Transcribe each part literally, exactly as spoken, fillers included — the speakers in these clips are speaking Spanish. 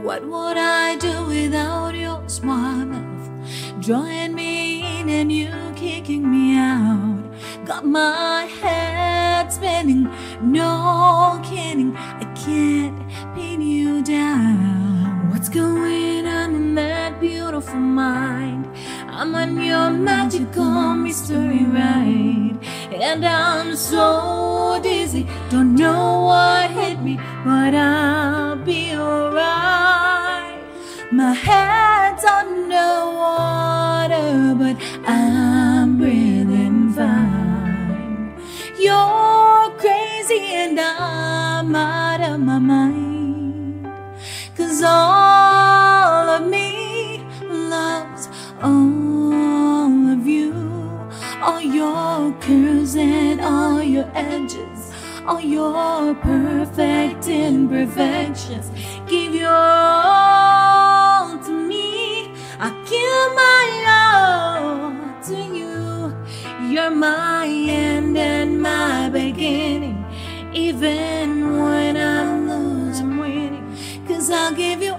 What would I do without your smart mouth? Drawing me in and you kicking me out. Got my head spinning, no kidding, I can't pin you down. What's going on in that beautiful mind? I'm on your magical mystery ride, and I'm so dizzy, don't know what hit me, but I'll be alright. My head's underwater, but I'm breathing fine. You're crazy and I'm out of my mind, 'cause all of me loves all of you. All your curves and all your edges, all your perfect imperfections. Give your all to me, I give my all to you. You're my end and my beginning. Even when I lose, I'm winning, 'cause I'll give you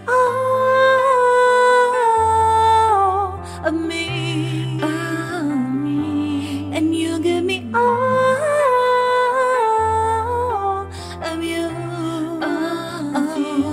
all of me, all of me, and you give me all of you, all of you.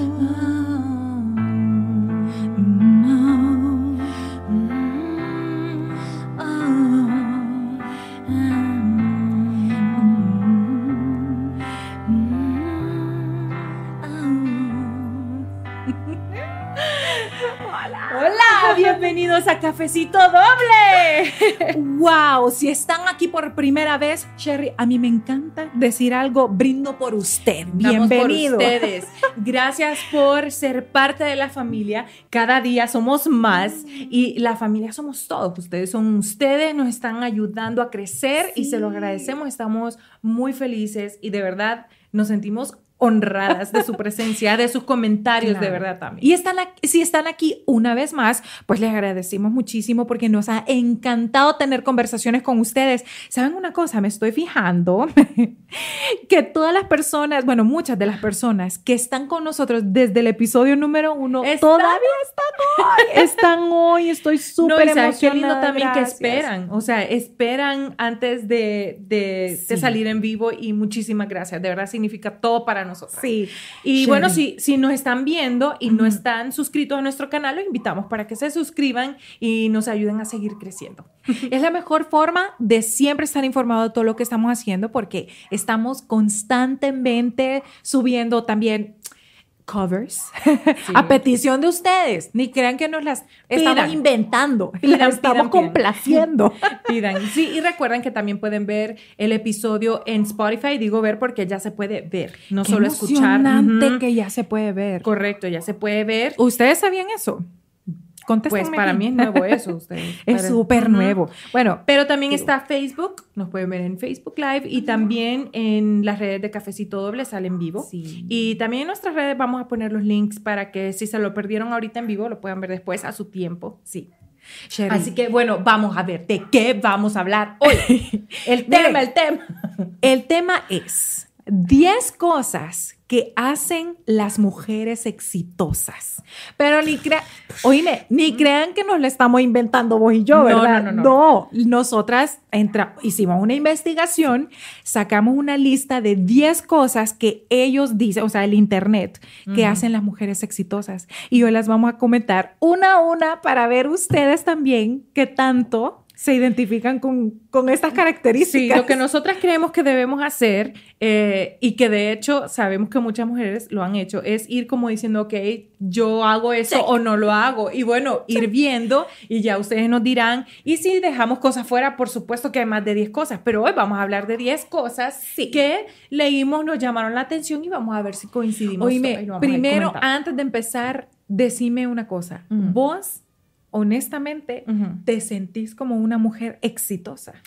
Hola, bienvenidos a Cafecito Doble. Wow, si están aquí por primera vez, Sherry, a mí me encanta decir algo, brindo por usted. Bienvenido. Por ustedes. Gracias por ser parte de la familia. Cada día somos más y la familia somos todos. Ustedes son ustedes, nos están ayudando a crecer, sí, y se lo agradecemos. Estamos muy felices y de verdad nos sentimos honradas de su presencia, de sus comentarios, claro, de verdad también. Y están aquí, si están aquí una vez más, pues les agradecemos muchísimo porque nos ha encantado tener conversaciones con ustedes. ¿Saben una cosa? Me estoy fijando que todas las personas, bueno, muchas de las personas que están con nosotros desde el episodio número uno, ¿Están? todavía están hoy. Están hoy, estoy súper no, emocionada. Qué lindo también, gracias, que esperan, o sea, esperan antes de, de, sí, de salir en vivo, y muchísimas gracias. De verdad significa todo para nosotros. Nosotras. Sí. Y Sherry, bueno, si, si nos están viendo y uh-huh. no están suscritos a nuestro canal, los invitamos para que se suscriban y nos ayuden a seguir creciendo. Es la mejor forma de siempre estar informado de todo lo que estamos haciendo, porque estamos constantemente subiendo también covers, sí, a petición de ustedes. Ni crean que nos las pidan, estamos inventando, pidan, las estamos pidan, complaciendo. Pidan. Sí, y recuerden que también pueden ver el episodio en Spotify. Digo ver porque ya se puede ver, no Qué solo escuchar. Emocionante uh-huh. que ya se puede ver. Correcto, ya se puede ver. ¿Ustedes sabían eso? Pues para mí es nuevo eso. Ustedes, es súper uh-huh. nuevo. Bueno, pero también está Facebook. Nos pueden ver en Facebook Live y también en las redes de Cafecito Doble sale en vivo. Sí. Y también en nuestras redes vamos a poner los links para que si se lo perdieron ahorita en vivo, lo puedan ver después a su tiempo. Sí. Sherry. Así que bueno, vamos a ver de qué vamos a hablar hoy. El tema, Miren, el tema. El tema es diez cosas que hacen las mujeres exitosas. Pero ni crean, oíme, ni crean que nos lo estamos inventando vos y yo, ¿verdad? No, no, no. No, nosotras entra, hicimos una investigación, sacamos una lista de diez cosas que ellos dicen, o sea, el internet, que uh-huh. hacen las mujeres exitosas. Y hoy las vamos a comentar una a una para ver ustedes también qué tanto se identifican con, con estas características. Sí, lo que nosotras creemos que debemos hacer, eh, y que de hecho sabemos que muchas mujeres lo han hecho, es ir como diciendo, ok, yo hago eso sí. o no lo hago. Y bueno, sí. ir viendo y ya ustedes nos dirán. Y si dejamos cosas fuera, por supuesto que hay más de diez cosas, pero hoy vamos a hablar de diez cosas sí. que leímos, nos llamaron la atención y vamos a ver si coincidimos. Oíme, primero, antes de empezar, decime una cosa. Uh-huh. Vos honestamente, uh-huh. ¿te sentís como una mujer exitosa?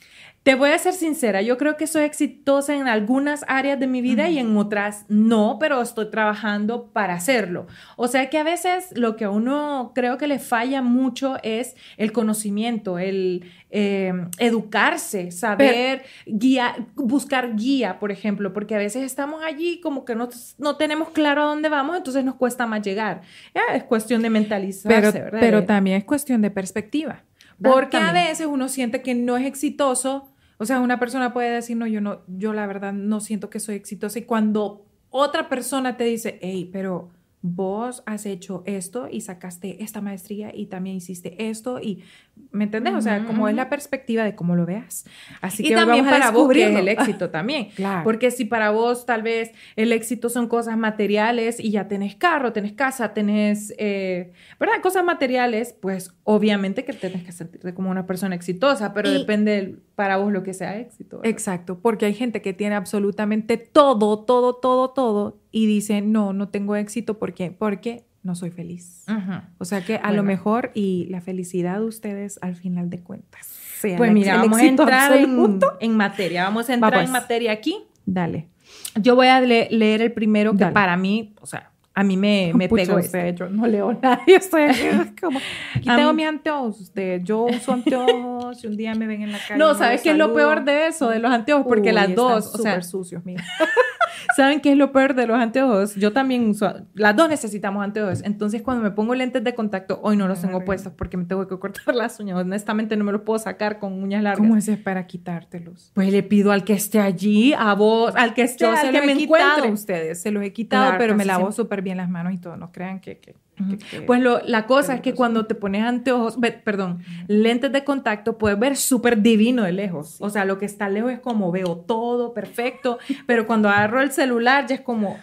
Te voy a ser sincera, yo creo que soy exitosa en algunas áreas de mi vida uh-huh. y en otras no, pero estoy trabajando para hacerlo. O sea que a veces lo que a uno creo que le falla mucho es el conocimiento, el eh, educarse, saber, pero, guía, buscar guía, por ejemplo, porque a veces estamos allí como que no, no tenemos claro a dónde vamos, entonces nos cuesta más llegar. Ya, es cuestión de mentalizarse, pero, ¿verdad? Pero también es cuestión de perspectiva. Porque a veces uno siente que no es exitoso. O sea, una persona puede decir, no, yo no, yo la verdad no siento que soy exitosa. Y cuando otra persona te dice, hey, pero vos has hecho esto y sacaste esta maestría y también hiciste esto y, ¿me entendés? O sea, como es la perspectiva de cómo lo veas. Así y que también vamos a para vos que es el éxito también. Claro. Porque si para vos tal vez el éxito son cosas materiales y ya tenés carro, tenés casa, tenés, eh, ¿verdad? Cosas materiales, pues obviamente que tenés que sentirte como una persona exitosa, pero y, depende del, para vos lo que sea éxito, ¿verdad? Exacto, porque hay gente que tiene absolutamente todo, todo, todo, todo y dice, no, no tengo éxito porque, porque no soy feliz. Uh-huh. O sea que a bueno. lo mejor y la felicidad de ustedes al final de cuentas. Sea pues mira, vamos a entrar en, en materia, vamos a entrar vamos. en materia aquí. Dale. Yo voy a le- leer el primero que Dale. para mí, o sea, a mí me, me Pucha, pegó usted, este. Yo no leo nada. Yo estoy aquí como... Aquí tengo um, mis anteojos. Usted, yo uso anteojos y un día me ven en la calle. No, ¿sabes qué es lo peor de eso, de los anteojos? Porque Uy, las dos, o sea, sucios, mira. ¿Saben qué es lo peor de los anteojos? Yo también uso, las dos necesitamos anteojos. Entonces, cuando me pongo lentes de contacto, hoy no los tengo Ay, puestos porque me tengo que cortar las uñas. Honestamente, no me los puedo sacar con uñas largas. ¿Cómo es para quitártelos? Pues le pido al que esté allí, a vos, al que esté, yo al se que los me he encuentre. Quitado a ustedes, se los he quitado, claro, pero me lavo súper bien las manos y todo. No crean que... que Uh-huh. Que, que, pues lo, la cosa es que cuando te pones anteojos, be, perdón, uh-huh. lentes de contacto, puedes ver súper divino de lejos. Sí. O sea, lo que está lejos es como veo todo perfecto, pero cuando agarro el celular ya es como...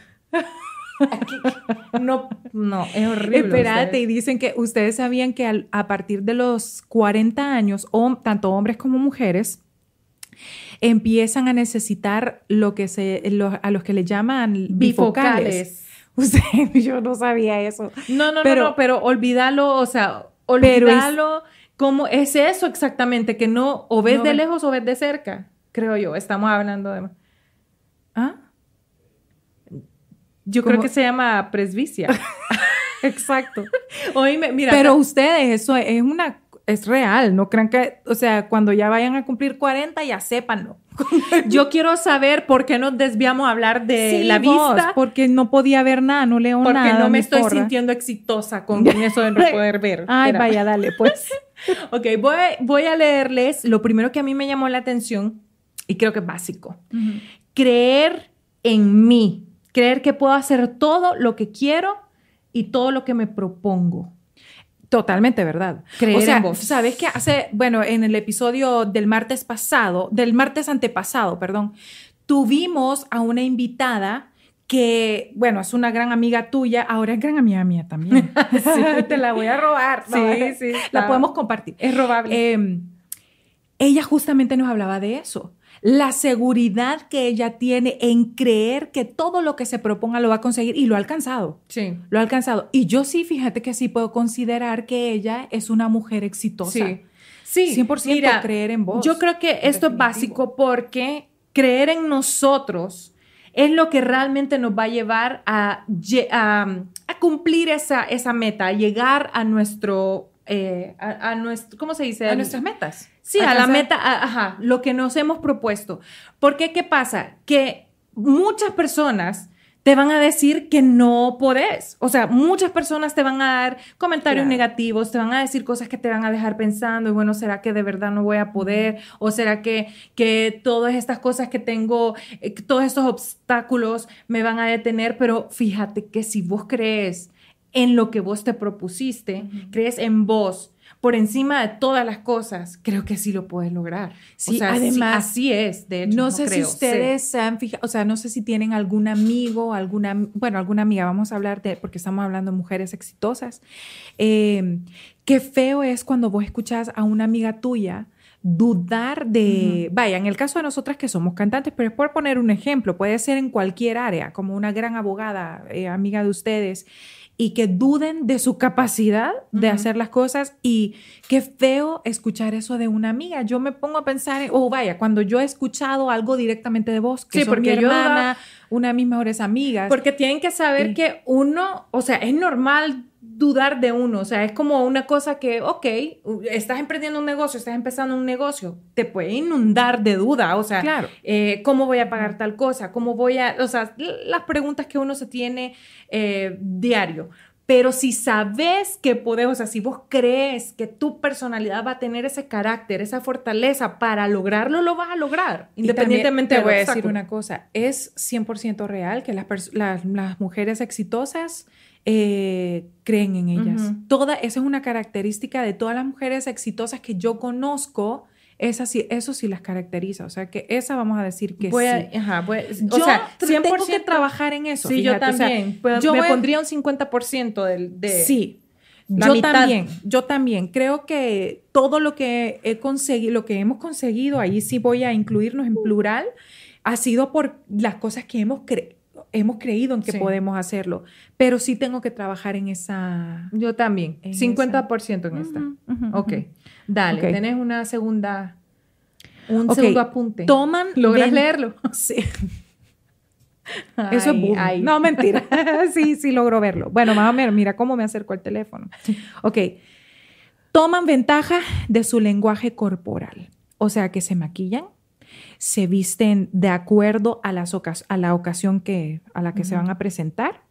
Aquí, no, no, es horrible. Espérate, ustedes. Y dicen que ustedes sabían que al, a partir de los cuarenta años, o, tanto hombres como mujeres, empiezan a necesitar lo que se, lo, a los que le llaman bifocales. bifocales. Usted, yo no sabía eso. No, no, pero, no, no, pero olvídalo, o sea, olvídalo. Es, ¿cómo es eso exactamente? Que no, o ves no, de lejos o ves de cerca, creo yo. Estamos hablando de... ¿Ah? Yo ¿Cómo? creo que se llama presbicia. Exacto. Oíme, mira. Pero ustedes, eso es una... Es real, no crean que, o sea, cuando ya vayan a cumplir cuarenta, ya sépanlo. Yo quiero saber por qué nos desviamos a hablar de sí, la vos, vista. Porque no podía ver nada, no leo porque nada. Porque no me estoy porra. sintiendo exitosa con eso de no poder ver. Ay, Espera. vaya, dale, pues. Ok, voy, voy a leerles lo primero que a mí me llamó la atención y creo que es básico. Uh-huh. Creer en mí, creer que puedo hacer todo lo que quiero y todo lo que me propongo. Totalmente verdad. Creer o sea, en vos. ¿Sabes qué? Hace, bueno, en el episodio del martes pasado, del martes antepasado, perdón, tuvimos a una invitada que, bueno, es una gran amiga tuya, ahora es gran amiga mía también. Sí, te la voy a robar. Sí, no, sí. La, la podemos compartir. Es robable. Eh, ella justamente nos hablaba de eso. La seguridad que ella tiene en creer que todo lo que se proponga lo va a conseguir y lo ha alcanzado. Sí. Lo ha alcanzado. Y yo sí, fíjate que sí puedo considerar que ella es una mujer exitosa. Sí. Sí. cien por ciento Mira, creer en vos. Yo creo que esto definitivo. Es básico porque creer en nosotros es lo que realmente nos va a llevar a, a, a cumplir esa, esa meta, a llegar a nuestro... Eh, a, a nuestro, ¿cómo se dice? A nuestras metas. Sí, a la meta, a, ajá, lo que nos hemos propuesto. Porque, ¿qué pasa? Que muchas personas te van a decir que no podés. O sea, muchas personas te van a dar comentarios claro. negativos, te van a decir cosas que te van a dejar pensando, y bueno, ¿será que de verdad no voy a poder? ¿O será que, que todas estas cosas que tengo, eh, todos estos obstáculos me van a detener? Pero fíjate que si vos crees en lo que vos te propusiste, uh-huh. crees en vos, por encima de todas las cosas, creo que sí lo puedes lograr. Sí, o sea, además, sí, así es, de hecho. No, no sé creo, si ustedes sí. se han fijado, o sea, no sé si tienen algún amigo, alguna, bueno, alguna amiga, vamos a hablar de, porque estamos hablando de mujeres exitosas. Eh, qué feo es cuando vos escuchás a una amiga tuya dudar de, uh-huh. vaya, en el caso de nosotras que somos cantantes, pero es por poner un ejemplo, puede ser en cualquier área, como una gran abogada, eh, amiga de ustedes, y que duden de su capacidad de uh-huh. hacer las cosas. Y qué feo escuchar eso de una amiga. Yo me pongo a pensar, en, oh, vaya, cuando yo he escuchado algo directamente de vos, que sí, son porque mi hermana, yo, una de mis mejores amigas. Porque tienen que saber y, que uno, o sea, es normal dudar de uno, o sea, es como una cosa que, ok, estás emprendiendo un negocio, estás empezando un negocio, te puede inundar de duda, o sea, claro. eh, ¿cómo voy a pagar tal cosa? ¿Cómo voy a...? O sea, las preguntas que uno se tiene eh, diario. Pero si sabes que podés, o sea, si vos crees que tu personalidad va a tener ese carácter, esa fortaleza para lograrlo, lo vas a lograr, independientemente de... Te voy a decir una cosa, es cien por ciento real que las, las, las mujeres exitosas eh, creen en ellas. Uh-huh. Toda, esa es una característica de todas las mujeres exitosas que yo conozco. Esa sí, eso sí las caracteriza, o sea que esa vamos a decir que voy a, sí. Ajá, voy a, o yo sea, cien por ciento tengo que trabajar en eso. Sí, fíjate, yo también. O sea, yo me voy, pondría un cincuenta por ciento del, de sí, la yo mitad. también, yo también. Creo que todo lo que he conseguido, lo que hemos conseguido, ahí sí voy a incluirnos en plural, ha sido por las cosas que hemos creído. Hemos creído en que sí. podemos hacerlo, pero sí tengo que trabajar en esa... Yo también, cincuenta por ciento esa. en esta. Uh-huh, uh-huh, ok, dale, okay. Tenés una segunda... Un okay. segundo apunte. Toman... ¿Logras ven... leerlo? Sí. Ay, eso es boom. Ay. No, mentira. sí, sí logro verlo. Bueno, más o menos, mira cómo me acerco al teléfono. Ok. Toman ventaja de su lenguaje corporal. O sea, que se maquillan, se visten de acuerdo a, las ocas- a la ocasión que, a la que uh-huh. se van a presentar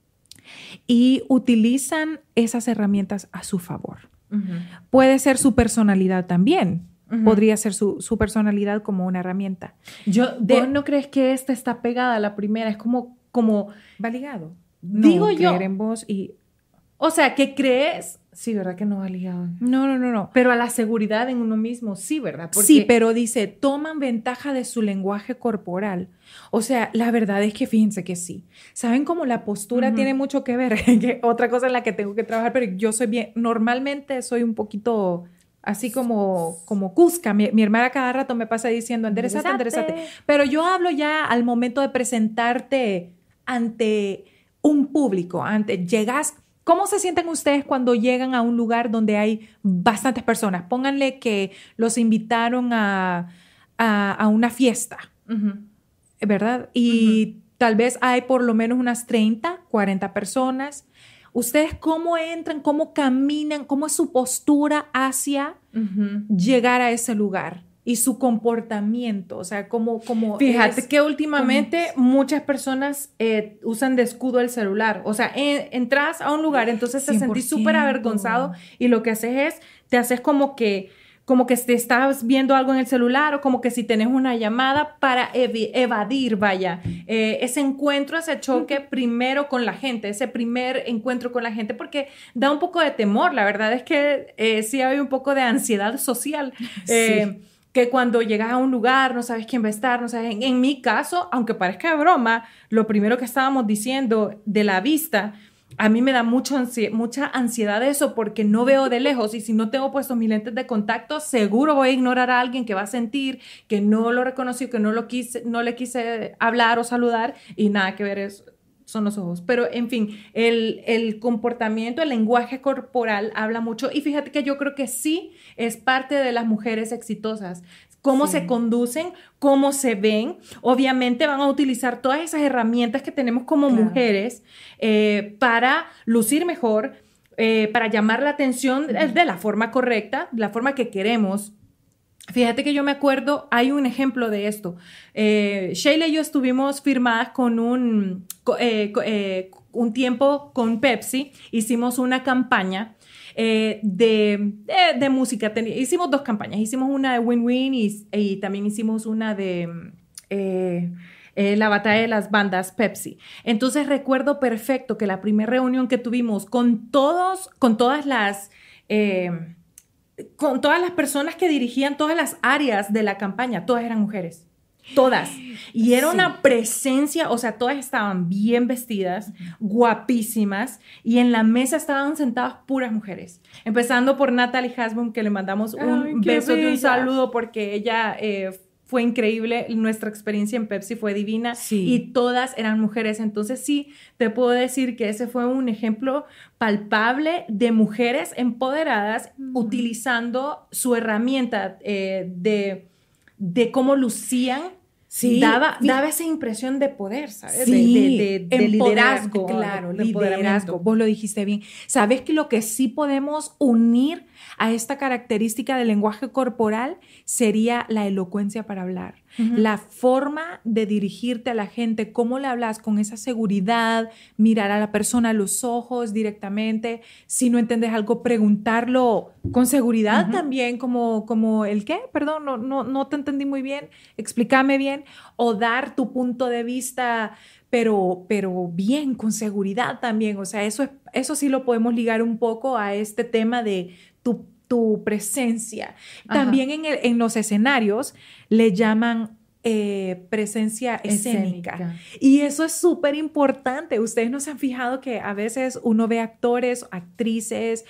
y utilizan esas herramientas a su favor. Uh-huh. Puede ser su personalidad también. Uh-huh. Podría ser su, su personalidad como una herramienta. Yo, de, ¿Vos no crees que esta está pegada a la primera? Es como... como va ligado. Digo no, yo. Creer en vos y... O sea, ¿qué crees? Sí, ¿verdad que no va ligado? No, no, no, no. Pero a la seguridad en uno mismo, sí, ¿verdad? Porque... Sí, pero dice, toman ventaja de su lenguaje corporal. O sea, la verdad es que fíjense que sí. ¿Saben cómo la postura uh-huh. tiene mucho que ver? Que otra cosa en la que tengo que trabajar, pero yo soy bien... Normalmente soy un poquito... Así como, como cusca. Mi, mi hermana cada rato me pasa diciendo, enderezate, enderezate. Pero yo hablo ya al momento de presentarte ante un público, ante... Llegas... ¿Cómo se sienten ustedes cuando llegan a un lugar donde hay bastantes personas? Pónganle que los invitaron a, a, a una fiesta, uh-huh. ¿verdad? Y uh-huh. tal vez hay por lo menos unas treinta, cuarenta personas. ¿Ustedes cómo entran, cómo caminan, cómo es su postura hacia uh-huh. llegar a ese lugar? Y su comportamiento, o sea, como... como Fíjate es, que últimamente como... muchas personas eh, usan de escudo el celular. O sea, en, entras a un lugar, entonces te sentís súper avergonzado y lo que haces es, te haces como que, como que te estás viendo algo en el celular o como que si tenés una llamada para ev- evadir, vaya, eh, ese encuentro, ese choque uh-huh. primero con la gente, ese primer encuentro con la gente, porque da un poco de temor. La verdad es que eh, sí hay un poco de ansiedad social. Eh, sí. Que cuando llegas a un lugar no sabes quién va a estar, no sabes. En, en mi caso, aunque parezca broma, lo primero que estábamos diciendo de la vista, a mí me da mucho ansi- mucha ansiedad eso porque no veo de lejos y si no tengo puestos mis lentes de contacto, seguro voy a ignorar a alguien que va a sentir que no lo reconocí, que no, lo quise, no le quise hablar o saludar y nada que ver eso. Son los ojos. Pero, en fin, el, el comportamiento, el lenguaje corporal habla mucho. Y fíjate que yo creo que sí es parte de las mujeres exitosas. Cómo sí. se conducen, cómo se ven. Obviamente van a utilizar todas esas herramientas que tenemos como claro. mujeres eh, para lucir mejor, eh, para llamar la atención de, de la forma correcta, de la forma que queremos. Fíjate que yo me acuerdo, hay un ejemplo de esto. Eh, Sheila y yo estuvimos firmadas con un, eh, eh, un tiempo con Pepsi. Hicimos una campaña eh, de, de, de música. Ten- hicimos dos campañas. Hicimos una de Win-Win y, y también hicimos una de eh, eh, la batalla de las bandas Pepsi. Entonces recuerdo perfecto que la primera reunión que tuvimos con todos, con todas las... Eh, con todas las personas que dirigían todas las áreas de la campaña, todas eran mujeres, todas. Y era sí. una presencia, o sea, todas estaban bien vestidas, uh-huh. guapísimas, y en la mesa estaban sentadas puras mujeres. Empezando por Natalie Hasbun, que le mandamos un Ay, beso bella. y un saludo porque ella... Eh, fue increíble, nuestra experiencia en Pepsi fue divina Sí. y todas eran mujeres. Entonces sí, te puedo decir que ese fue un ejemplo palpable de mujeres empoderadas Mm. utilizando su herramienta eh, de, de cómo lucían. Sí, daba, fí- daba esa impresión de poder, ¿sabes? Sí, de, de, de- de empoderar- liderazgo. claro, de liderazgo. empoderamiento. Vos lo dijiste bien. ¿Sabes que lo que sí podemos unir a esta característica del lenguaje corporal sería la elocuencia para hablar? Ujú. La forma de dirigirte a la gente, cómo le hablas con esa seguridad, mirar a la persona a los ojos directamente, si no entiendes algo, preguntarlo con seguridad Ujú. también, como, como el qué, perdón, no, no, no te entendí muy bien, explícame bien, o dar tu punto de vista, pero, pero bien, con seguridad también. O sea, eso, es, eso sí lo podemos ligar un poco a este tema de tu, tu presencia. Ajá. También en, el, en los escenarios le llaman eh, presencia escénica. Escénica. Y eso es súper importante. Ustedes no se han fijado que a veces uno ve actores, actrices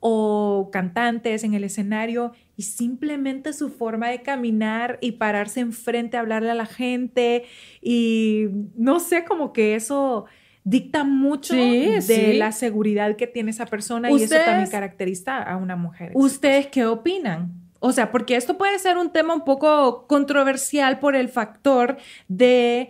o cantantes en el escenario y simplemente su forma de caminar y pararse enfrente a hablarle a la gente y no sé, como que eso dicta mucho Sí, de sí. la seguridad que tiene esa persona y eso Ustedes- también caracteriza a una mujer. ¿Ustedes qué opinan? O sea, porque esto puede ser un tema un poco controversial por el factor de...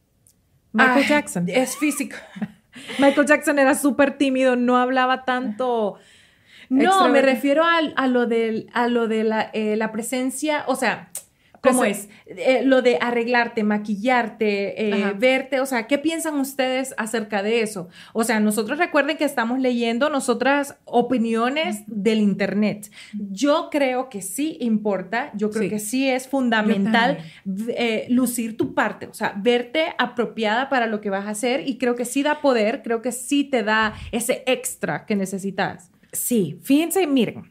Michael Ay, Jackson. Es físico. Michael Jackson era súper tímido, no hablaba tanto. No, me extrovertido. refiero a, a lo de, a lo de la, eh, la presencia, o sea, ¿cómo Presen- es? Eh, lo de arreglarte, maquillarte, eh, Ajá. verte, o sea, ¿qué piensan ustedes acerca de eso? O sea, nosotros recuerden que estamos leyendo nosotras opiniones del internet. Yo creo que sí importa, yo creo Sí. que sí es fundamental Yo v- eh, lucir tu parte, o sea, verte apropiada para lo que vas a hacer y creo que sí da poder, creo que sí te da ese extra que necesitas. Sí, fíjense, miren,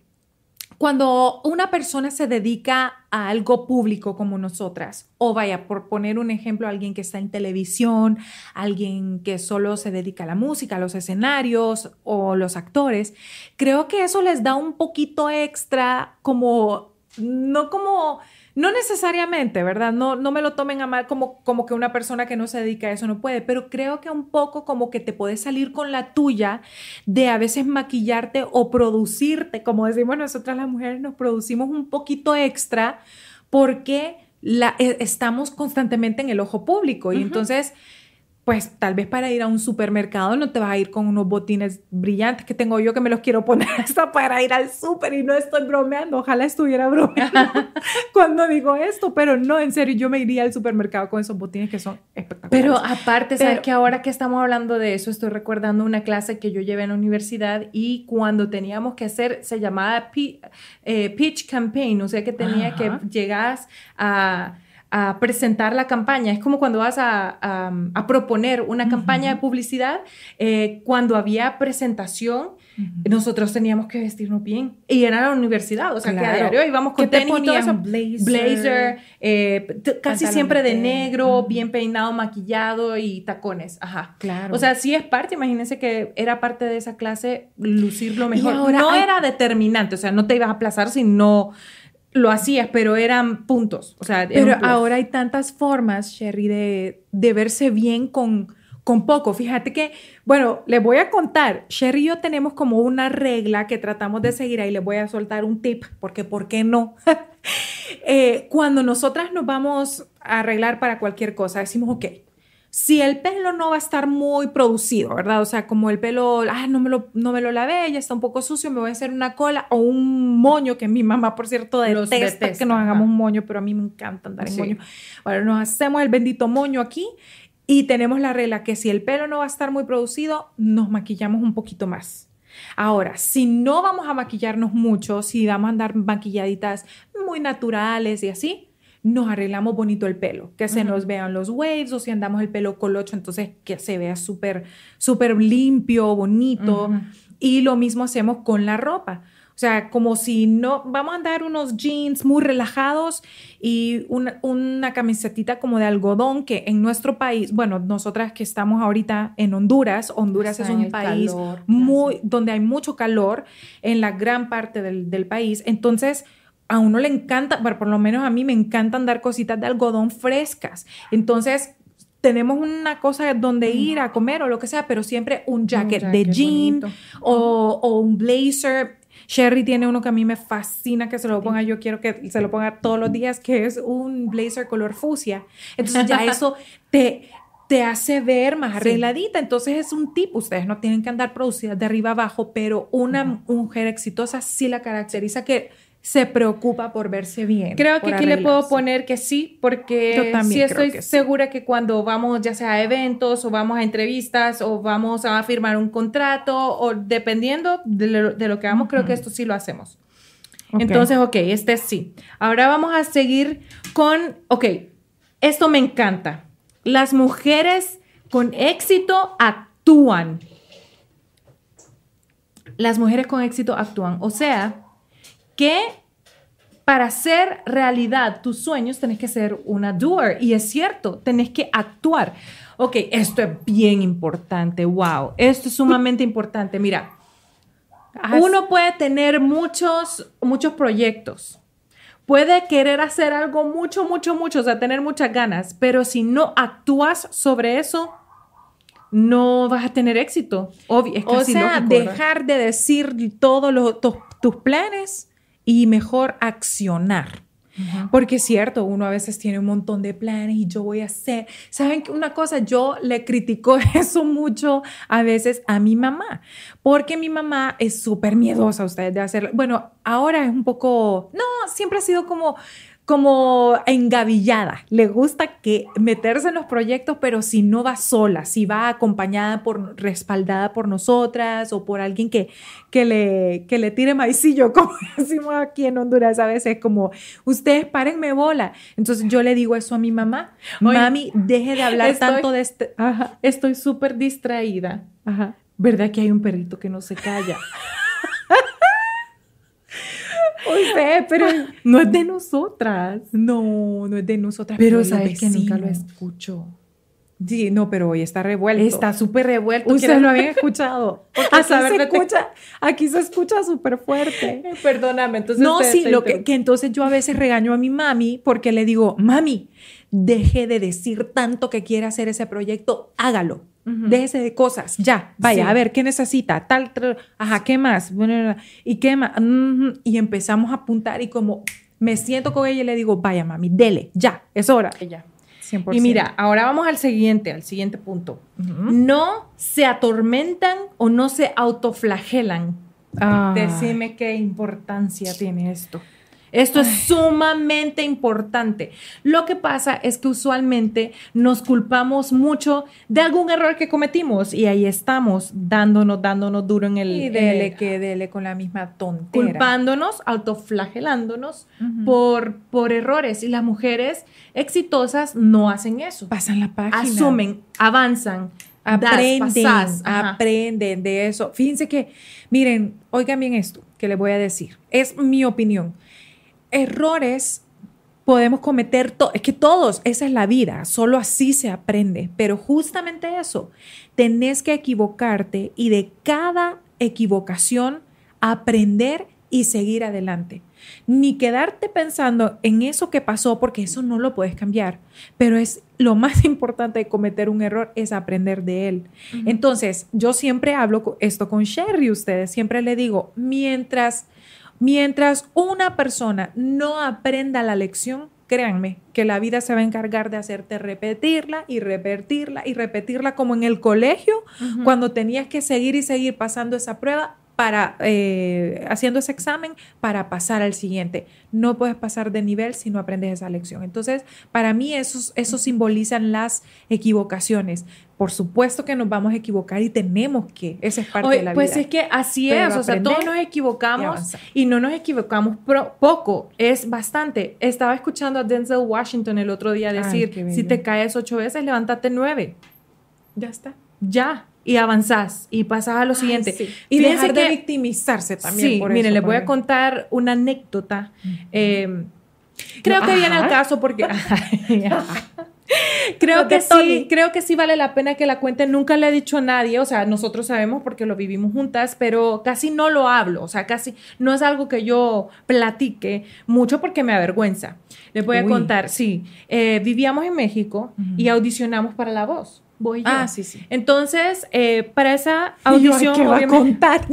cuando una persona se dedica a algo público como nosotras, o vaya, por poner un ejemplo, alguien que está en televisión, alguien que solo se dedica a la música, a los escenarios o los actores, creo que eso les da un poquito extra como, no como... No necesariamente, ¿verdad? No, no me lo tomen a mal como, como que una persona que no se dedica a eso no puede, pero creo que un poco como que te puedes salir con la tuya de a veces maquillarte o producirte, como decimos nosotras las mujeres, nos producimos un poquito extra porque la, eh, estamos constantemente en el ojo público y Ujú. entonces... Pues tal vez para ir a un supermercado no te vas a ir con unos botines brillantes que tengo yo que me los quiero poner hasta para ir al súper y no estoy bromeando. Ojalá estuviera bromeando cuando digo esto, pero no, en serio, yo me iría al supermercado con esos botines que son espectaculares. Pero aparte, ¿sabes Pero- que ahora que estamos hablando de eso, estoy recordando una clase que yo llevé en la universidad y cuando teníamos que hacer, se llamaba pi- eh, pitch campaign, o sea que tenía Ajá. que llegas a, a presentar la campaña. Es como cuando vas a, a, a proponer una campaña Ujú. de publicidad, eh, cuando había presentación, Ujú. nosotros teníamos que vestirnos bien. Y era la universidad, o sea que a Claro. diario íbamos con ¿Qué te tenis y todo eso. ponían? Blazer. Blazer, eh, t- casi Pantalón siempre de de tela. negro, Ujú. bien peinado, maquillado y tacones. Ajá. Claro. O sea, sí es parte, imagínense que era parte de esa clase lucirlo mejor. ahora No hay- era determinante, o sea, no te ibas a aplazar si no lo hacías, pero eran puntos. O sea, era Pero un plus. ahora hay tantas formas, Sherry, de, de verse bien con, con poco. Fíjate que, bueno, les voy a contar. Sherry y yo tenemos como una regla que tratamos de seguir. Ahí les voy a soltar un tip, porque ¿por qué no? Eh, cuando nosotras nos vamos a arreglar para cualquier cosa, decimos, ok, si el pelo no va a estar muy producido, ¿verdad? O sea, como el pelo, ah, no me lo, no me lo lavé, ya está un poco sucio, me voy a hacer una cola o un moño, que mi mamá, por cierto, Los detesta, detesta, que nos hagamos ajá. un moño, pero a mí me encanta andar en Sí. moño. Bueno, nos hacemos el bendito moño aquí y tenemos la regla que si el pelo no va a estar muy producido, nos maquillamos un poquito más. Ahora, si no vamos a maquillarnos mucho, si vamos a andar maquilladitas muy naturales y así, nos arreglamos bonito el pelo, que se Ujú. nos vean los waves o si andamos el pelo colocho, entonces que se vea súper, súper limpio, bonito. Ujú. Y lo mismo hacemos con la ropa. O sea, como si no, vamos a andar unos jeans muy relajados y una, una camisetita como de algodón que en nuestro país, bueno, nosotras que estamos ahorita en Honduras, Honduras Está es en un el país calor, muy, claro. donde hay mucho calor en la gran parte del, del país. Entonces, a uno le encanta, bueno, por lo menos a mí me encantan dar cositas de algodón frescas. Entonces, tenemos una cosa donde ir a comer o lo que sea, pero siempre un jacket, un jacket de jean o, o un blazer. Sherry tiene uno que a mí me fascina que se lo ponga, yo quiero que se lo ponga todos los días, que es un blazer color fucsia. Entonces ya eso te, te hace ver más arregladita. Sí. Entonces es un tip, ustedes no tienen que andar producidas de arriba abajo, pero una uh-huh. mujer exitosa sí la caracteriza que se preocupa por verse bien. Creo que aquí le puedo poner que sí, porque yo también sí estoy que segura sí. que cuando vamos ya sea a eventos o vamos a entrevistas o vamos a firmar un contrato o dependiendo de lo, de lo que hagamos, uh-huh. creo que esto sí lo hacemos. Okay. Entonces, ok, este sí. Ahora vamos a seguir con, ok, esto me encanta. Las mujeres con éxito actúan. Las mujeres con éxito actúan. O sea, que para hacer realidad tus sueños tenés que ser una doer. Y es cierto, tenés que actuar. Ok, esto es bien importante. Wow, esto es sumamente importante. Mira, uno puede tener muchos, muchos proyectos. Puede querer hacer algo mucho, mucho, mucho, o sea, tener muchas ganas. Pero si no actúas sobre eso, no vas a tener éxito. Obvio, es casi o sea, lógico, dejar ¿verdad? De decir todos los, tus, tus planes y mejor accionar. Uh-huh. Porque es cierto, uno a veces tiene un montón de planes y yo voy a hacer. ¿Saben qué? Una cosa, yo le critico eso mucho a veces a mi mamá, porque mi mamá es súper miedosa, ustedes de hacerlo. Bueno, ahora es un poco, no, siempre ha sido como... como engavillada, le gusta que meterse en los proyectos, pero si no va sola, si va acompañada por, respaldada por nosotras o por alguien que, que, le, que le tire maicillo, como decimos aquí en Honduras a veces, como, ustedes párenme bola. Entonces yo le digo eso a mi mamá, Oye, mami, deje de hablar estoy, tanto de este... Ajá, estoy súper distraída. Ajá. ¿Verdad que hay un perrito que no se calla? Usted, pero no es de nosotras. No, no es de nosotras. Pero, pero sabes que nunca lo escucho. Sí, no, pero hoy está revuelto. Está súper revuelto. Ustedes lo habían escuchado. A saber, se escucha, aquí se escucha súper fuerte. Perdóname, entonces. No, sí, lo que, que entonces yo a veces regaño a mi mami porque le digo, mami, deje de decir tanto que quiere hacer ese proyecto, hágalo. Uh-huh. Déjese de cosas, ya, vaya, sí. A ver, ¿qué necesita? Tal, tal, ajá, ¿qué más? Bueno, ¿y qué más? Uh-huh. Y empezamos a apuntar y como me siento con ella y le digo, vaya, mami, dele, ya, es hora. Ya. cien por ciento. Y mira, ahora vamos al siguiente, al siguiente punto. Uh-huh. No se atormentan o no se autoflagelan. Ah. Decime qué importancia tiene esto. Esto Ay. Es sumamente importante. Lo que pasa es que usualmente nos culpamos mucho de algún error que cometimos y ahí estamos dándonos, dándonos duro en el... Y dele eh, que dele con la misma tontera. Culpándonos, autoflagelándonos uh-huh. por, por errores. Y las mujeres exitosas no hacen eso. Pasan la página. Asumen, avanzan. Aprenden, das, aprenden de eso. Fíjense que, miren, oigan bien esto que les voy a decir. Es mi opinión. Errores podemos cometer, to- es que todos, esa es la vida, solo así se aprende, pero justamente eso, tenés que equivocarte y de cada equivocación aprender y seguir adelante. Ni quedarte pensando en eso que pasó, porque eso no lo puedes cambiar, pero es lo más importante de cometer un error es aprender de él. Uh-huh. Entonces, yo siempre hablo esto con Sherry, ustedes, siempre le digo, mientras... Mientras una persona no aprenda la lección, créanme que la vida se va a encargar de hacerte repetirla y repetirla y repetirla como en el colegio, uh-huh. cuando tenías que seguir y seguir pasando esa prueba para eh, haciendo ese examen para pasar al siguiente. No puedes pasar de nivel si no aprendes esa lección. Entonces, para mí eso, eso simbolizan las equivocaciones. Por supuesto que nos vamos a equivocar y tenemos que, esa es parte Oye, de la pues vida. Pues es que así Pero es, o sea, todos nos equivocamos y, y no nos equivocamos pro, poco, es bastante. Estaba escuchando a Denzel Washington el otro día decir, Ay, si te caes ocho veces, levántate nueve. Ya está. Ya. Y avanzás y pasás a lo Ay, siguiente. Sí. Y Fíjense dejar de que, victimizarse también. Sí, por miren, eso, les voy porque... a contar una anécdota. Uh-huh. Eh, creo no, que ajá. viene al caso porque... creo Los que de Tony. sí, creo que sí vale la pena que la cuenten. Nunca le he dicho a nadie, o sea, nosotros sabemos porque lo vivimos juntas, pero casi no lo hablo, o sea, casi no es algo que yo platique mucho porque me avergüenza. Les voy a Uy. contar, sí, eh, vivíamos en México Ujú. y audicionamos para La Voz, vos y yo. Ah, sí, sí. Entonces, eh, para esa Y yo, audición, ¿qué va a obviamente- contar?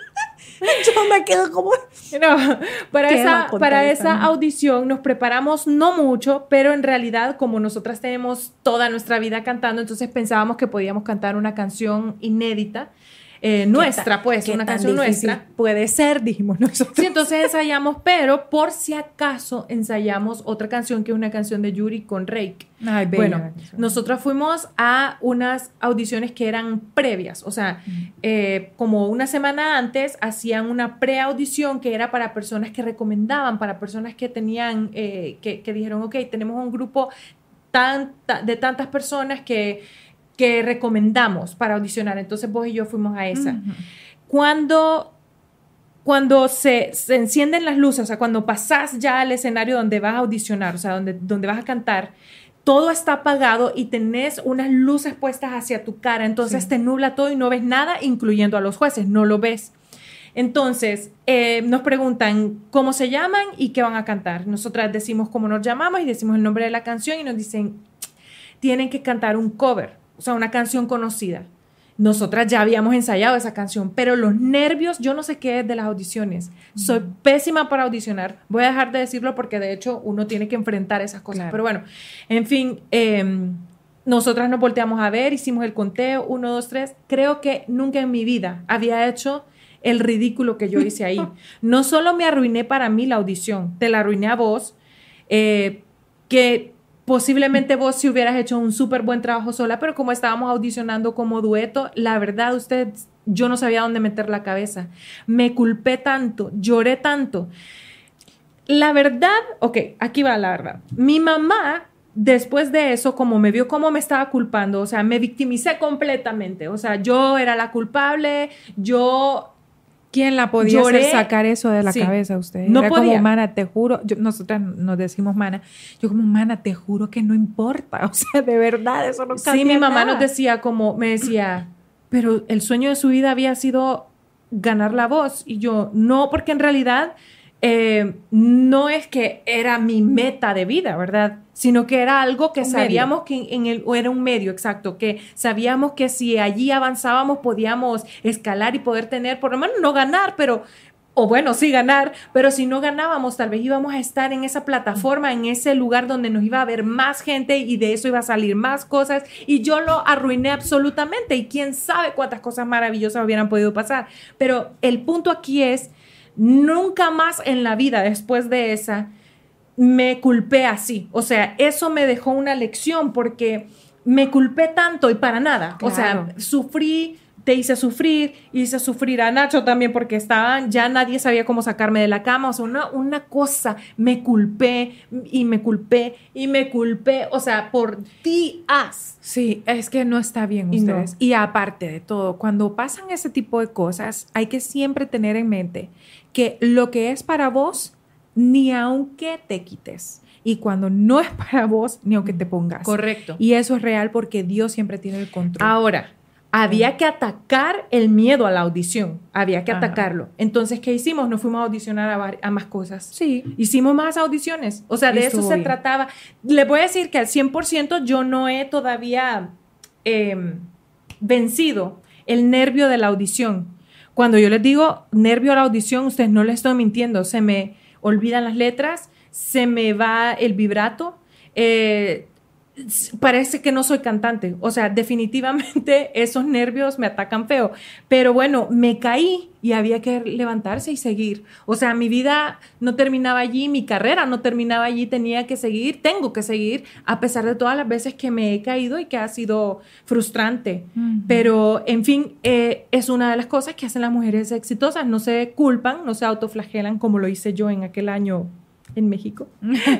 Yo me quedo como... No, para ¿Qué va a esa, contar para esta esa niña? audición nos preparamos no mucho, pero en realidad como nosotras tenemos toda nuestra vida cantando, entonces pensábamos que podíamos cantar una canción inédita, eh, nuestra, pues, ¿Qué una tan canción difícil nuestra. puede ser, dijimos nosotros. Sí, entonces ensayamos, pero por si acaso ensayamos otra canción que es una canción de Yuri con Reik. Ay, bella Bueno, la canción. nosotras fuimos a unas audiciones que eran previas, o sea, eh, como una semana antes hacían una preaudición que era para personas que recomendaban, para personas que tenían, eh, que, que dijeron, ok, tenemos un grupo tan, ta- de tantas personas que, que recomendamos para audicionar. Entonces vos y yo fuimos a esa. Ujú. Cuando... Cuando se, se encienden las luces, o sea, cuando pasás ya al escenario donde vas a audicionar, o sea, donde, donde vas a cantar, todo está apagado y tenés unas luces puestas hacia tu cara, entonces Sí. te nubla todo y no ves nada, incluyendo a los jueces, no lo ves. Entonces, eh, nos preguntan cómo se llaman y qué van a cantar. Nosotras decimos cómo nos llamamos y decimos el nombre de la canción y nos dicen, tienen que cantar un cover, o sea, una canción conocida. Nosotras ya habíamos ensayado esa canción, pero los nervios, yo no sé qué es de las audiciones. Soy pésima para audicionar. Voy a dejar de decirlo porque de hecho uno tiene que enfrentar esas cosas. Claro. Pero bueno, en fin, eh, nosotras nos volteamos a ver, hicimos el conteo, uno, dos, tres. Creo que nunca en mi vida había hecho el ridículo que yo hice ahí. No solo me arruiné para mí la audición, te la arruiné a vos, eh, que posiblemente vos si hubieras hecho un súper buen trabajo sola, pero como estábamos audicionando como dueto, la verdad, usted, yo no sabía dónde meter la cabeza. Me culpé tanto, lloré tanto. La verdad, ok, aquí va la verdad. Mi mamá, después de eso, como me vio cómo me estaba culpando, o sea, me victimicé completamente. O sea, yo era la culpable, yo... ¿Quién la podía Lloré. hacer sacar eso de la Sí. cabeza a usted? No Era podía. como, mana, te juro, yo, nosotras nos decimos mana, yo como, mana, te juro que no importa, o sea, de verdad, eso no cambia Sí, mi mamá nada. nos decía como, me decía, pero el sueño de su vida había sido ganar La Voz. Y yo, no, porque en realidad eh, no es que era mi meta de vida, ¿verdad? Sino que era algo que Un sabíamos que en, en el, o era un medio, exacto, que sabíamos que si allí avanzábamos podíamos escalar y poder tener, por lo menos no ganar, pero... O bueno, sí ganar, pero si no ganábamos, tal vez íbamos a estar en esa plataforma, en ese lugar donde nos iba a ver más gente y de eso iba a salir más cosas. Y yo lo arruiné absolutamente y quién sabe cuántas cosas maravillosas hubieran podido pasar. Pero el punto aquí es, nunca más en la vida después de esa me culpé así. O sea, eso me dejó una lección porque me culpé tanto y para nada. O sea, Claro. sufrí... Te hice sufrir, hice sufrir a Nacho también porque estaban, ya nadie sabía cómo sacarme de la cama, o sea, una, una cosa, me culpé y me culpé y me culpé, o sea, por días. Sí, es que no está bien Y no. ustedes. Y aparte de todo, cuando pasan ese tipo de cosas, hay que siempre tener en mente que lo que es para vos, ni aunque te quites. Y cuando no es para vos, ni aunque te pongas. Correcto. Y eso es real porque Dios siempre tiene el control. Ahora, había que atacar el miedo a la audición, había que Ajá. atacarlo. Entonces, ¿qué hicimos? Nos fuimos a audicionar a, var- a más cosas. Sí. Hicimos más audiciones. O sea, de eso Estuvo se bien. trataba. Le voy a decir que al cien por ciento yo no he todavía eh, vencido el nervio de la audición. Cuando yo les digo nervio a la audición, ustedes no les estoy mintiendo. Se me olvidan las letras, se me va el vibrato. Eh, parece que no soy cantante. O sea, definitivamente esos nervios me atacan feo. Pero bueno, me caí y había que levantarse y seguir. O sea, mi vida no terminaba allí, mi carrera no terminaba allí, tenía que seguir, tengo que seguir, a pesar de todas las veces que me he caído y que ha sido frustrante. Ujú. Pero, en fin, eh, es una de las cosas que hacen las mujeres exitosas. No se culpan, no se autoflagelan como lo hice yo en aquel año en México.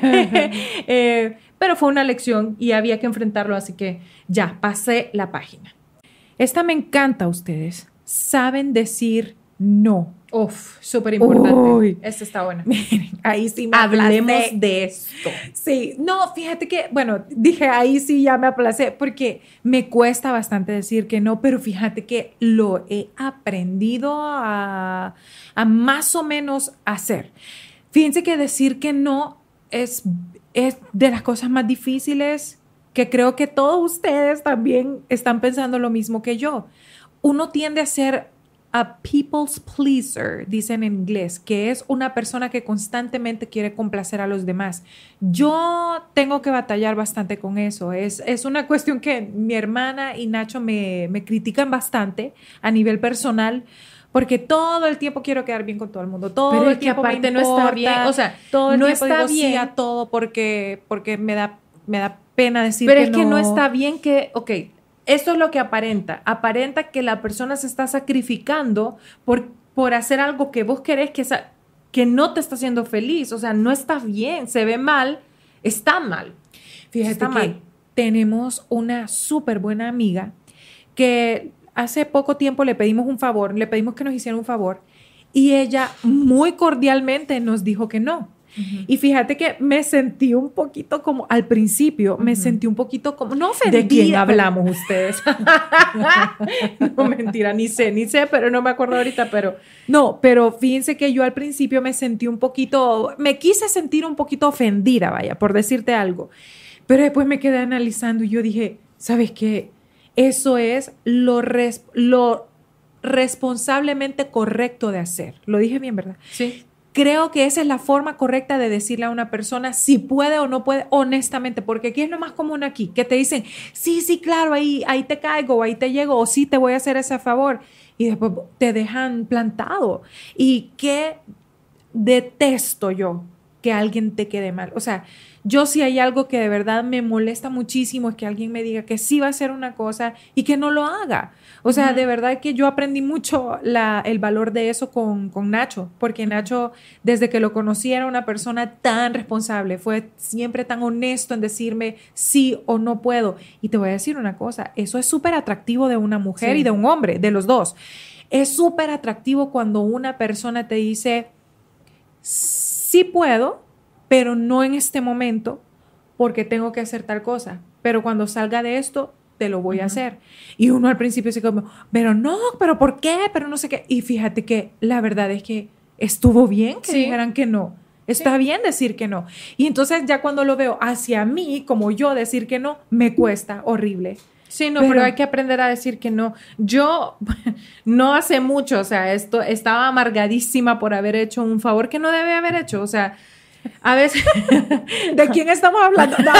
Eh, pero fue una lección y había que enfrentarlo, así que ya, pasé la página. Esta me encanta a ustedes. Saben decir no. Uf, súper importante. Uy. Esta está buena. Miren, ahí sí me Hablemos aplacé. de esto. Sí, no, fíjate que, bueno, dije ahí sí ya me aplacé porque me cuesta bastante decir que no, pero fíjate que lo he aprendido a, a más o menos hacer. Fíjense que decir que no es, es de las cosas más difíciles que creo que todos ustedes también están pensando lo mismo que yo. Uno tiende a ser a people's pleaser, dicen en inglés, que es una persona que constantemente quiere complacer a los demás. Yo tengo que batallar bastante con eso. Es, es una cuestión que mi hermana y Nacho me, me critican bastante a nivel personal, porque todo el tiempo quiero quedar bien con todo el mundo. Todo Pero el es que tiempo me aparte no está importa, bien, o sea, todo el no tiempo está digo sí bien. a todo porque, porque me da, me da pena decir Pero que es no. que no está bien que, ok, esto es lo que aparenta. Aparenta que la persona se está sacrificando por, por hacer algo que vos querés que, sa- que no te está haciendo feliz. O sea, no está bien, se ve mal, está mal. Fíjate Está que mal. tenemos una súper buena amiga que hace poco tiempo le pedimos un favor, le pedimos que nos hiciera un favor y ella muy cordialmente nos dijo que no. Uh-huh. Y fíjate que me sentí un poquito como, al principio, uh-huh. me sentí un poquito como, no ofendida. ¿De quién hablamos pero... ustedes? No, mentira, ni sé, ni sé, pero no me acuerdo ahorita, pero... No, pero fíjense que yo al principio me sentí un poquito, me quise sentir un poquito ofendida, vaya, por decirte algo. Pero después me quedé analizando y yo dije, ¿sabes qué? Eso es lo, res, lo responsablemente correcto de hacer. Lo dije bien, ¿verdad? Sí. Creo que esa es la forma correcta de decirle a una persona si puede o no puede, honestamente, porque aquí es lo más común aquí, que te dicen, sí, sí, claro, ahí, ahí te caigo, ahí te llego, o sí te voy a hacer ese favor, y después te dejan plantado. Y qué detesto yo que alguien te quede mal. O sea, yo si hay algo que de verdad me molesta muchísimo es que alguien me diga que sí va a hacer una cosa y que no lo haga. O sea, uh-huh. de verdad que yo aprendí mucho la, el valor de eso con, con Nacho, porque Nacho, desde que lo conocí, era una persona tan responsable, fue siempre tan honesto en decirme sí o no puedo. Y te voy a decir una cosa, eso es súper atractivo de una mujer sí. y de un hombre, de los dos. Es súper atractivo cuando una persona te dice, sí puedo, pero no en este momento porque tengo que hacer tal cosa. Pero cuando salga de esto, te lo voy uh-huh. a hacer. Y uno al principio se como, pero no, pero ¿por qué? Pero no sé qué. Y fíjate que la verdad es que estuvo bien que sí. dijeran que no. Está sí. bien decir que no. Y entonces ya cuando lo veo hacia mí, como yo decir que no, me cuesta horrible. Sí, no, pero, pero hay que aprender a decir que no. Yo no hace mucho, o sea, esto estaba amargadísima por haber hecho un favor que no debe haber hecho, o sea, a veces... ¿De quién estamos hablando? No.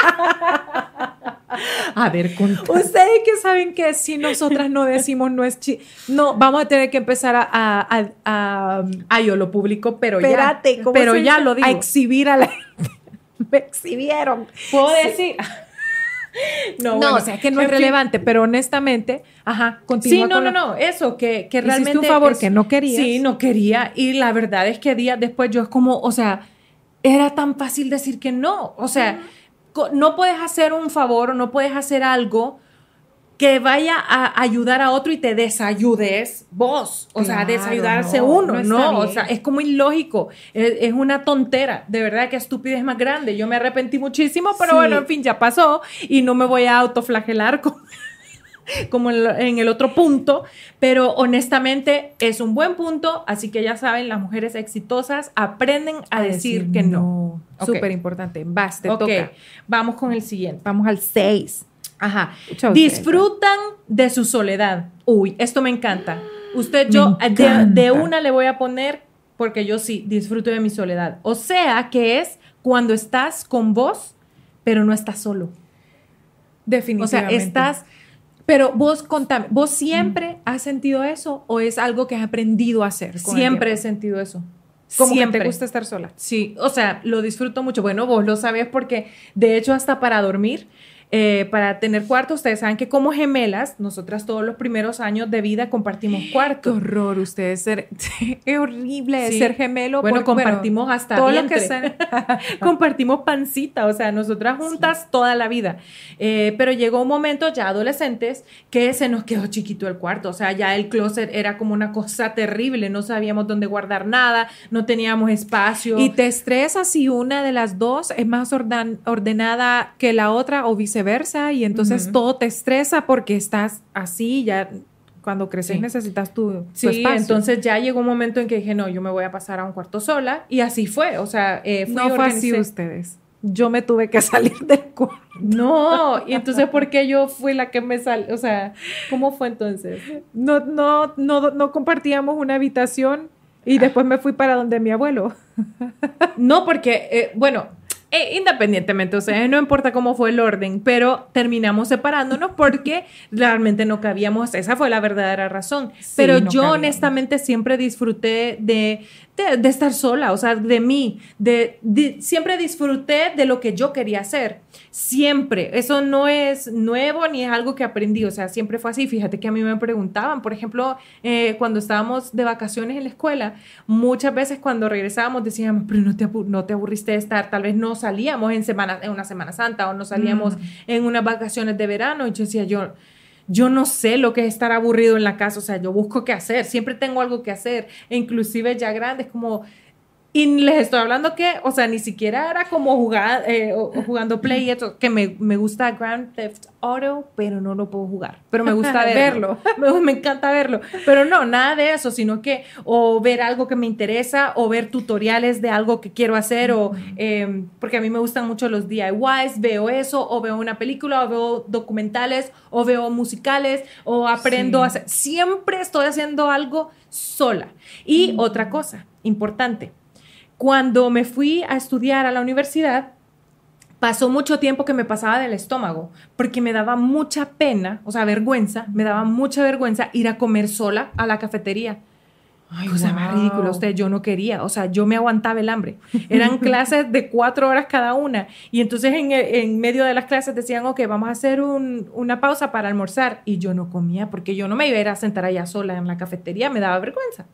A ver, con... Ustedes que saben que si nosotras no decimos no es chi... No, vamos a tener que empezar a... a, a, a... Ah, yo lo publico, pero Espérate, ya. ¿cómo pero se ya dice? lo digo. A exhibir a la gente. Me exhibieron. ¿Puedo sí. decir? No, no bueno, o sea, que no es relevante, pero honestamente, ajá, continúa. Sí, no, no, no, eso, que, que realmente... Hiciste un favor es, que no querías. Sí, no quería, y la verdad es que días después yo es como, o sea, era tan fácil decir que no, o sea, uh-huh. no puedes hacer un favor o no puedes hacer algo que vaya a ayudar a otro y te desayudes vos, o claro, sea, desayudarse no, uno, no, no, o sea, es como ilógico, es, es una tontera, de verdad que estupidez más grande, yo me arrepentí muchísimo, pero sí. bueno, en fin, ya pasó y no me voy a autoflagelar como, como en, en el otro punto, pero honestamente es un buen punto, así que ya saben, las mujeres exitosas aprenden a, a decir, decir que no. no. Okay. Súper importante, vas, te okay. toca. Vamos con el siguiente. Vamos al seis. Ajá. Disfrutan de su soledad. Uy, esto me encanta. Usted, yo, de, de una le voy a poner, porque yo sí disfruto de mi soledad. O sea, que es cuando estás con vos, pero no estás solo. Definitivamente. O sea, estás... Pero vos, contame, ¿vos siempre mm. has sentido eso o es algo que has aprendido a hacer? Siempre he sentido eso. Como siempre. que te gusta estar sola. Sí, o sea, lo disfruto mucho. Bueno, vos lo sabés porque, de hecho, hasta para dormir... eh, para tener cuarto, ustedes saben que como gemelas, nosotras todos los primeros años de vida compartimos cuarto. Qué horror, ustedes ser, es horrible Sí. ser gemelo. Bueno, porque, compartimos hasta todo vientre. lo que sea. Compartimos pancita, o sea, nosotras juntas sí. toda la vida. Eh, pero llegó un momento, ya adolescentes, que se nos quedó chiquito el cuarto. O sea, ya el closet era como una cosa terrible. No sabíamos dónde guardar nada, no teníamos espacio. Y te estresas si una de las dos es más ordan- ordenada que la otra o viceversa. Y entonces uh-huh. todo te estresa porque estás así, ya... Cuando creces sí. necesitas tu, tu sí, espacio. Entonces ya llegó un momento en que dije, no, yo me voy a pasar a un cuarto sola. Y así fue. O sea, eh, fui no fue así ustedes. Yo me tuve que salir del cuarto. No, y entonces, ¿por qué yo fui la que me salió? O sea, ¿cómo fue entonces? No, no, no, no compartíamos una habitación y después me fui para donde mi abuelo. No, porque, eh, bueno... Eh, independientemente, o sea, no importa cómo fue el orden, pero terminamos separándonos porque realmente no cabíamos, esa fue la verdadera razón. Sí, pero no yo cabíamos. honestamente siempre disfruté de, de, de estar sola, o sea, de mí, de, de, siempre disfruté de lo que yo quería hacer, siempre. Eso no es nuevo ni es algo que aprendí, o sea, siempre fue así. Fíjate que a mí me preguntaban, por ejemplo, eh, cuando estábamos de vacaciones en la escuela, muchas veces cuando regresábamos decíamos, pero no te, no te aburriste de estar, tal vez no salíamos en, semana, en una Semana Santa o no salíamos mm. en unas vacaciones de verano. Y yo decía, yo, yo no sé lo que es estar aburrido en la casa, o sea, yo busco qué hacer, siempre tengo algo que hacer, e inclusive ya grandes como... Y les estoy hablando que, o sea, ni siquiera era como jugar, eh, jugando Play, esto, que me, me gusta Grand Theft Auto, pero no lo puedo jugar. Pero me gusta verlo. me, me encanta verlo. Pero no, nada de eso, sino que o ver algo que me interesa, o ver tutoriales de algo que quiero hacer, o eh, porque a mí me gustan mucho los D I Ys, veo eso, o veo una película, o veo documentales, o veo musicales, o aprendo sí. a hacer. Siempre estoy haciendo algo sola. Y mm. otra cosa importante. Cuando me fui a estudiar a la universidad, pasó mucho tiempo que me pasaba del estómago, porque me daba mucha pena, o sea, vergüenza, me daba mucha vergüenza ir a comer sola a la cafetería. Ay, cosa wow. más ridícula, usted, yo no quería, o sea, yo me aguantaba el hambre. Eran clases de cuatro horas cada una, y entonces en, en medio de las clases decían, ok, vamos a hacer un, una pausa para almorzar, y yo no comía, porque yo no me iba a ir a sentar allá sola en la cafetería, me daba vergüenza.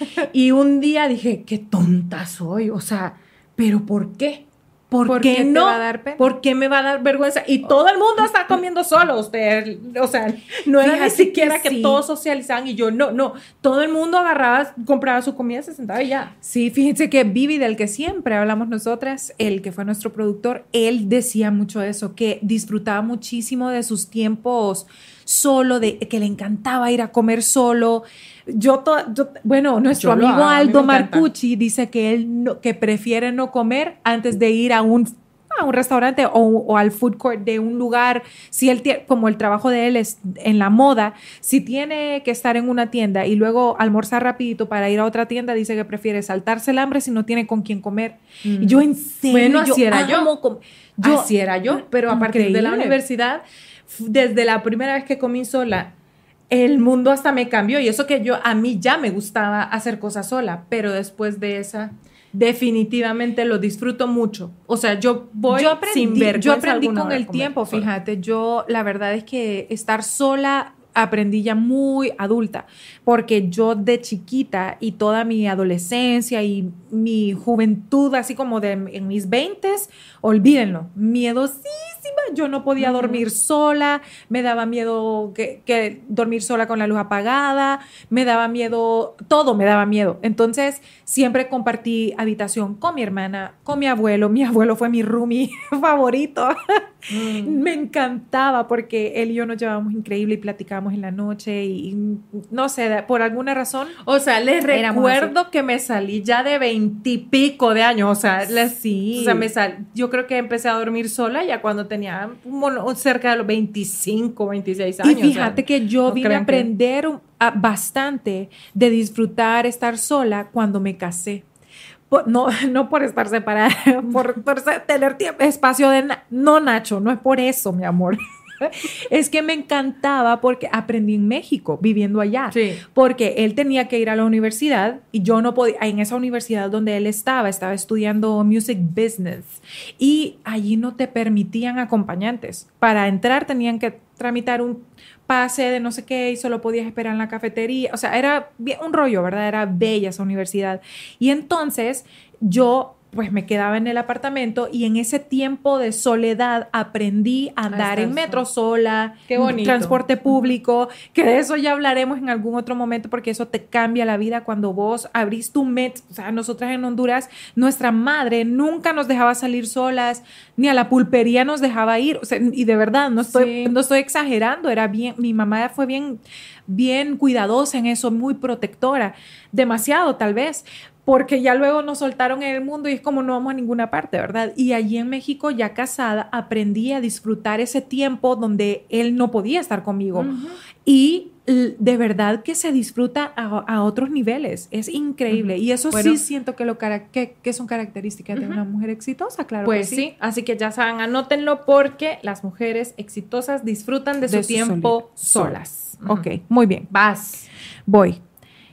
Y un día dije, qué tonta soy, o sea, ¿pero por qué? ¿Por, ¿Por qué, qué no? Va a dar pena? ¿Por qué me va a dar vergüenza? Y todo el mundo está comiendo solo, usted, o sea, no era Fíjate ni siquiera que, que sí. todos socializaban y yo, no, no, todo el mundo agarraba, compraba su comida, se sentaba y ya. Sí, fíjense que Vivi, del que siempre hablamos nosotras, el que fue nuestro productor, él decía mucho eso, que disfrutaba muchísimo de sus tiempos solo, de que le encantaba ir a comer solo. Yo, to, yo bueno, nuestro yo amigo Aldo Marcucci dice que él no, que prefiere no comer antes de ir a un, a un restaurante o, o al food court de un lugar. Si él tiene, como el trabajo de él es en la moda, si tiene que estar en una tienda y luego almorzar rapidito para ir a otra tienda, dice que prefiere saltarse el hambre si no tiene con quién comer. Mm. Y yo en serio, bueno, así yo era yo. Com- yo. Así era yo, pero a partir increíble. de la universidad, desde la primera vez que comí sola, el mundo hasta me cambió, y eso que yo, a mí ya me gustaba hacer cosas sola, pero después de esa, definitivamente lo disfruto mucho. O sea, yo voy yo aprendí, sin vergüenza Yo aprendí con el comer, tiempo, fíjate, yo la verdad es que estar sola aprendí ya muy adulta, porque yo de chiquita y toda mi adolescencia y mi juventud, así como de en mis veintes, olvídenlo, miedosísima, yo no podía dormir uh-huh. sola, me daba miedo que, que dormir sola con la luz apagada, me daba miedo, todo me daba miedo. Entonces siempre compartí habitación con mi hermana, con mi abuelo. Mi abuelo fue mi roomie favorito. Mm. Me encantaba porque él y yo nos llevábamos increíble y platicábamos en la noche y, y no sé, por alguna razón. O sea, les recuerdo así. Que me salí ya de veintipico de años, o sea, les, sí. o sea me sal, yo creo que empecé a dormir sola ya cuando tenía un, cerca de los veinticinco, veintiséis años. Y fíjate o sea, que yo no vine a aprender que... a, bastante de disfrutar estar sola cuando me casé. No, no por estar separada, por, por tener tiempo, espacio de... Na- no, Nacho, no es por eso, mi amor. Es que me encantaba porque aprendí en México, viviendo allá. Sí. Porque él tenía que ir a la universidad y yo no podía, en esa universidad donde él estaba, estaba estudiando music business y allí no te permitían acompañantes. Para entrar tenían que tramitar un pase de no sé qué y solo podías esperar en la cafetería. O sea, era bien, un rollo, ¿verdad? Era bella esa universidad. Y entonces yo pues me quedaba en el apartamento y en ese tiempo de soledad aprendí a andar en metro sola, Qué bonito. transporte público, que de eso ya hablaremos en algún otro momento porque eso te cambia la vida cuando vos abrís tu metro. O sea, nosotras en Honduras, nuestra madre nunca nos dejaba salir solas, ni a la pulpería nos dejaba ir. O sea, y de verdad, no estoy, Sí. no estoy exagerando, era bien, mi mamá fue bien, bien cuidadosa en eso, muy protectora, demasiado tal vez, porque ya luego nos soltaron en el mundo y es como no vamos a ninguna parte, ¿verdad? Y allí en México, ya casada, aprendí a disfrutar ese tiempo donde él no podía estar conmigo. Uh-huh. Y de verdad que se disfruta a, a otros niveles. Es increíble. Uh-huh. Y eso bueno, sí siento que, lo cara que, que son características uh-huh. de una mujer exitosa, claro. Pues que sí. sí. Así que ya saben, anótenlo porque las mujeres exitosas disfrutan de, de su, su tiempo solas. Uh-huh. Ok, muy bien. Vas. Voy.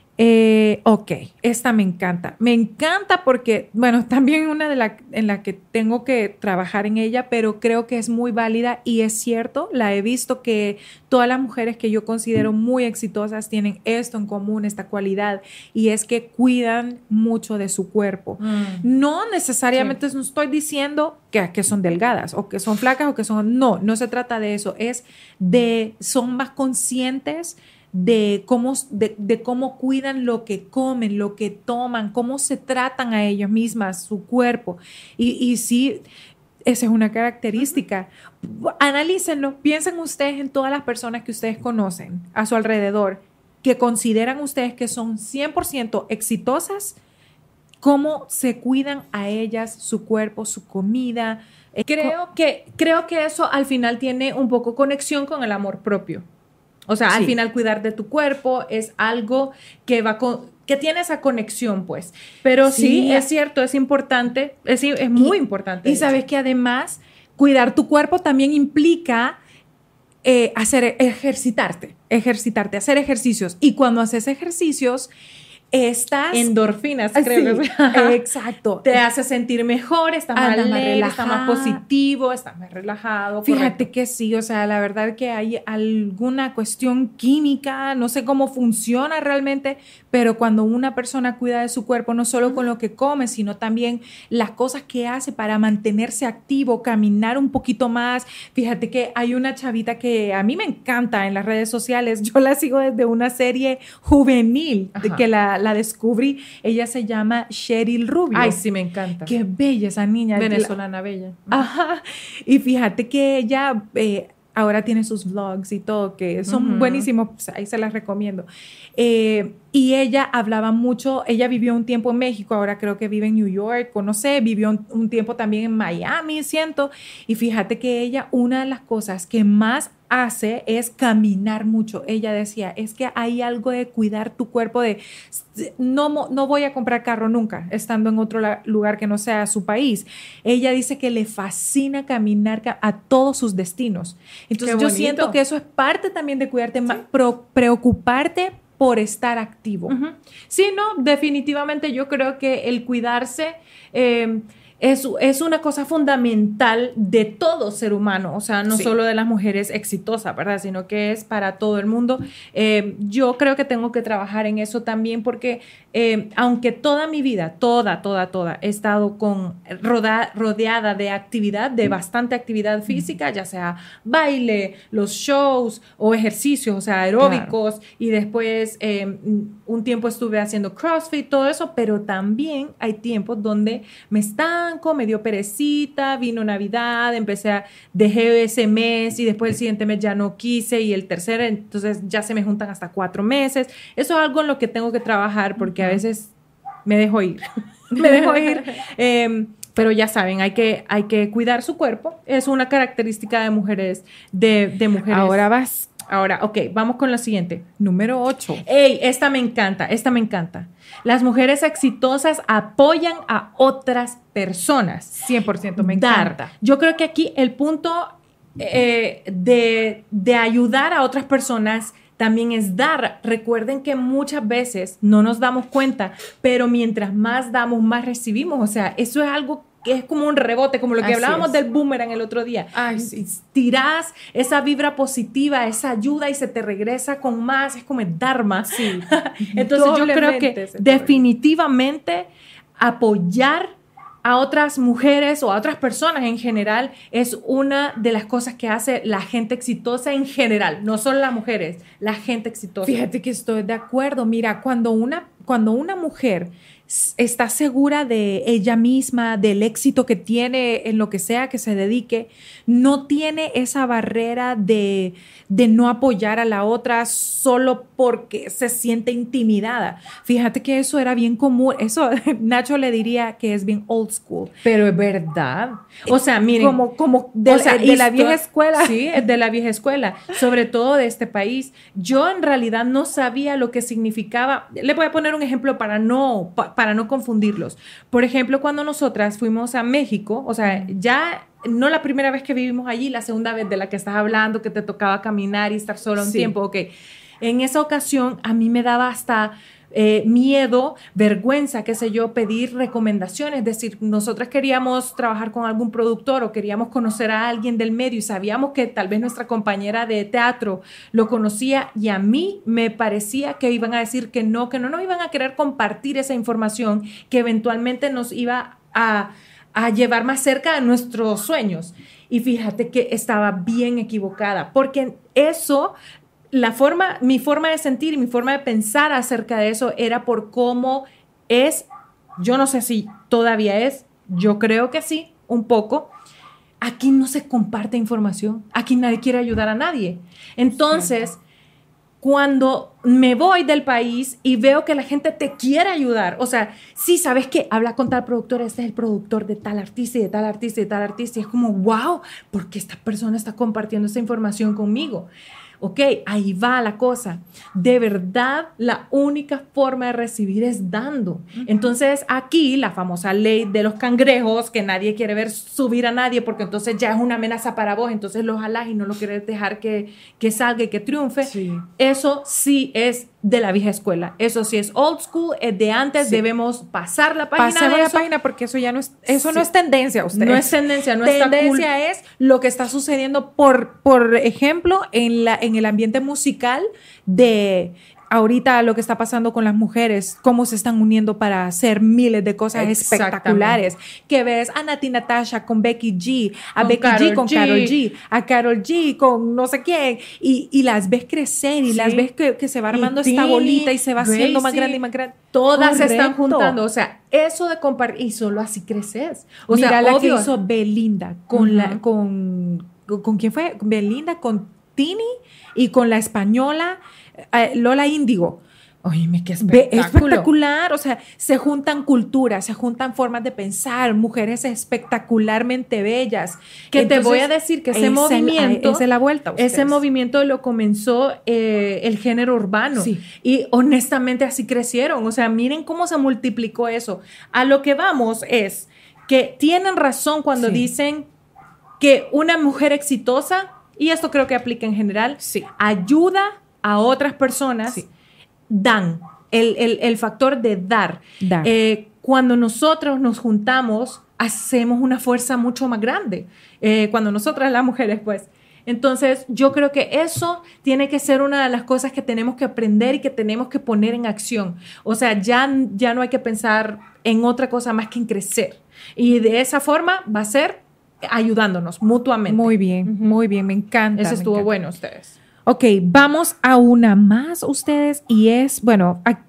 Eh, ok, esta me encanta. Me encanta porque, bueno, también una de la, en la que tengo que trabajar en ella, pero creo que es muy válida y es cierto, la he visto que todas las mujeres que yo considero muy exitosas tienen esto en común, esta cualidad, y es que cuidan mucho de su cuerpo. Mm. No necesariamente sí. no estoy diciendo que, que son delgadas o que son flacas o que son, no, no se trata de eso, es de, son más conscientes de cómo, de, de cómo cuidan lo que comen, lo que toman, cómo se tratan a ellas mismas, su cuerpo. Y, y sí, esa es una característica. Uh-huh. Analícenlo, piensen ustedes en todas las personas que ustedes conocen a su alrededor, que consideran ustedes que son cien por ciento exitosas, cómo se cuidan a ellas, su cuerpo, su comida. Creo que, creo que eso al final tiene un poco conexión con el amor propio. O sea, sí. al final cuidar de tu cuerpo es algo que va con, que tiene esa conexión, pues. Pero sí, sí es cierto, es importante, es, es muy y, importante. Y sabes que además, cuidar tu cuerpo también implica eh, hacer, ejercitarte, ejercitarte, hacer ejercicios. Y cuando haces ejercicios, estás... endorfinas, creo sí, que exacto. Te hace sentir mejor, estás más alegre, estás más positivo, estás más relajado. Fíjate correcto. que sí, o sea, la verdad que hay alguna cuestión química, no sé cómo funciona realmente, pero cuando una persona cuida de su cuerpo, no solo con lo que come, sino también las cosas que hace para mantenerse activo, caminar un poquito más. Fíjate que hay una chavita que a mí me encanta en las redes sociales, yo la sigo desde una serie juvenil, de que la la descubrí, ella se llama Cheryl Rubio. Ay, sí, me encanta. Qué bella esa niña. Venezolana bella. Ajá, y fíjate que ella eh, ahora tiene sus vlogs y todo, que son uh-huh. buenísimos, pues ahí se las recomiendo. Eh, y ella hablaba mucho, ella vivió un tiempo en México, ahora creo que vive en New York, o no sé, vivió un, un tiempo también en Miami, siento, y fíjate que ella, una de las cosas que más hace es caminar mucho. Ella decía, es que hay algo de cuidar tu cuerpo, de no, no voy a comprar carro nunca, estando en otro la, lugar que no sea su país. Ella dice que le fascina caminar a todos sus destinos. Entonces yo siento que eso es parte también de cuidarte, ¿sí? más, pro, preocuparte por estar activo. Uh-huh. Sí, no, definitivamente yo creo que el cuidarse eh, es, es una cosa fundamental de todo ser humano, o sea, no sí. solo de las mujeres exitosas, ¿verdad? Sino que es para todo el mundo. Eh, yo creo que tengo que trabajar en eso también porque eh, aunque toda mi vida, toda, toda, toda, he estado con, roda, rodeada de actividad, de bastante actividad física, ya sea baile, los shows o ejercicios, o sea, aeróbicos, claro. y después eh, un tiempo estuve haciendo CrossFit, todo eso, pero también hay tiempos donde me están me dio perecita, vino Navidad, empecé a, dejé ese mes y después el siguiente mes ya no quise y el tercer, entonces ya se me juntan hasta cuatro meses. Eso es algo en lo que tengo que trabajar porque a veces me dejo ir, me dejo ir. Eh, pero ya saben, hay que, hay que cuidar su cuerpo. Es una característica de mujeres, de, de mujeres. Ahora vas. Ahora, ok, vamos con la siguiente. Número ocho. Ey, esta me encanta, esta me encanta. Las mujeres exitosas apoyan a otras personas. cien por ciento me Dar. encanta. Yo creo que aquí el punto eh, de, de ayudar a otras personas también es dar. Recuerden que muchas veces no nos damos cuenta, pero mientras más damos, más recibimos. O sea, eso es algo que es como un rebote, como lo que Así hablábamos es. del boomerang el otro día. Ay, sí. Tirás esa vibra positiva, esa ayuda y se te regresa con más, es como el dharma. Sí. Entonces yo creo Doblemente que se te definitivamente apoyar a otras mujeres o a otras personas en general es una de las cosas que hace la gente exitosa en general, no solo las mujeres, la gente exitosa. Fíjate que estoy de acuerdo. Mira, cuando una, cuando una mujer está segura de ella misma, del éxito que tiene en lo que sea que se dedique, no tiene esa barrera de, de no apoyar a la otra solo porque se siente intimidada. Fíjate que eso era bien común. Eso Nacho le diría que es bien old school. Pero es verdad. O sea, miren. Como, como de, o sea, de la histo- vieja escuela. Sí, es de la vieja escuela, sobre todo de este país. Yo en realidad no sabía lo que significaba. Le voy a poner un ejemplo para no, pa- para no confundirlos. Por ejemplo, cuando nosotras fuimos a México, o sea, ya no la primera vez que vivimos allí, la segunda vez de la que estás hablando, que te tocaba caminar y estar solo un Sí. tiempo, ok. En esa ocasión a mí me daba hasta eh, miedo, vergüenza, qué sé yo, pedir recomendaciones. Es decir, nosotras queríamos trabajar con algún productor o queríamos conocer a alguien del medio y sabíamos que tal vez nuestra compañera de teatro lo conocía y a mí me parecía que iban a decir que no, que no nos iban a querer compartir esa información que eventualmente nos iba a, a llevar más cerca de nuestros sueños. Y fíjate que estaba bien equivocada, porque eso... La forma, mi forma de sentir y mi forma de pensar acerca de eso era por cómo es, yo no sé si todavía es, yo creo que sí, un poco. Aquí no se comparte información, aquí nadie quiere ayudar a nadie. Entonces, Cierto. cuando me voy del país y veo que la gente te quiere ayudar, o sea, sí, ¿sabes qué? Habla con tal productor, este es el productor de tal artista y de tal artista y de tal artista, y es como, wow, ¿por qué esta persona está compartiendo esta información conmigo? Ok, ahí va la cosa. De verdad, la única forma de recibir es dando. Entonces, aquí la famosa ley de los cangrejos, que nadie quiere ver subir a nadie porque entonces ya es una amenaza para vos, entonces lo jalás y no lo querés dejar que, que salga y que triunfe. Sí. Eso sí es de la vieja escuela. Eso sí es old school, es de antes. Sí. Debemos pasar la página Pasemos de la eso. página porque eso ya no es, eso Sí. no es tendencia, ustedes. No es tendencia, no está Tendencia cool. es lo que está sucediendo, por, por ejemplo, en, la, en el ambiente musical de ahorita lo que está pasando con las mujeres, cómo se están uniendo para hacer miles de cosas Exactamente. espectaculares. Que ves a Nati Natasha con Becky G, a Con Becky Karol G con G. Karol G, a Karol G con no sé quién, y, y las ves crecer y Sí. las ves que, que se va Y armando esta Tini, bolita y se va haciendo más Gracie, grande y más grande. Todas se están Correcto. juntando. O sea, eso de compartir, y solo así creces. O Mira sea, la obvio. que hizo Belinda con Ujú. la con, con con quién fue Belinda con Tini y con la española eh, Lola Índigo. Óyeme, qué Ve- espectáculo. espectacular, o sea, se juntan culturas, se juntan formas de pensar, mujeres espectacularmente bellas. Que te Entonces, voy a decir que ese esa es la- movimiento, esa es la vuelta. ese ustedes. movimiento lo comenzó eh, el género urbano. Sí. Y honestamente así crecieron. O sea, miren cómo se multiplicó eso. A lo que vamos es que tienen razón cuando Sí. dicen que una mujer exitosa, y esto creo que aplica en general, Sí. ayuda a otras personas, Sí. dan. El, el- el factor de dar. Dar. Eh, cuando nosotros nos juntamos, hacemos una fuerza mucho más grande. Eh, cuando nosotras las mujeres, pues. Entonces, yo creo que eso tiene que ser una de las cosas que tenemos que aprender y que tenemos que poner en acción. O sea, ya, ya no hay que pensar en otra cosa más que en crecer. Y de esa forma va a ser ayudándonos mutuamente. Muy bien, Ujú. muy bien, me encanta. Eso me estuvo encanta. bueno, ustedes. Ok, vamos a una más, ustedes, y es, bueno, ac-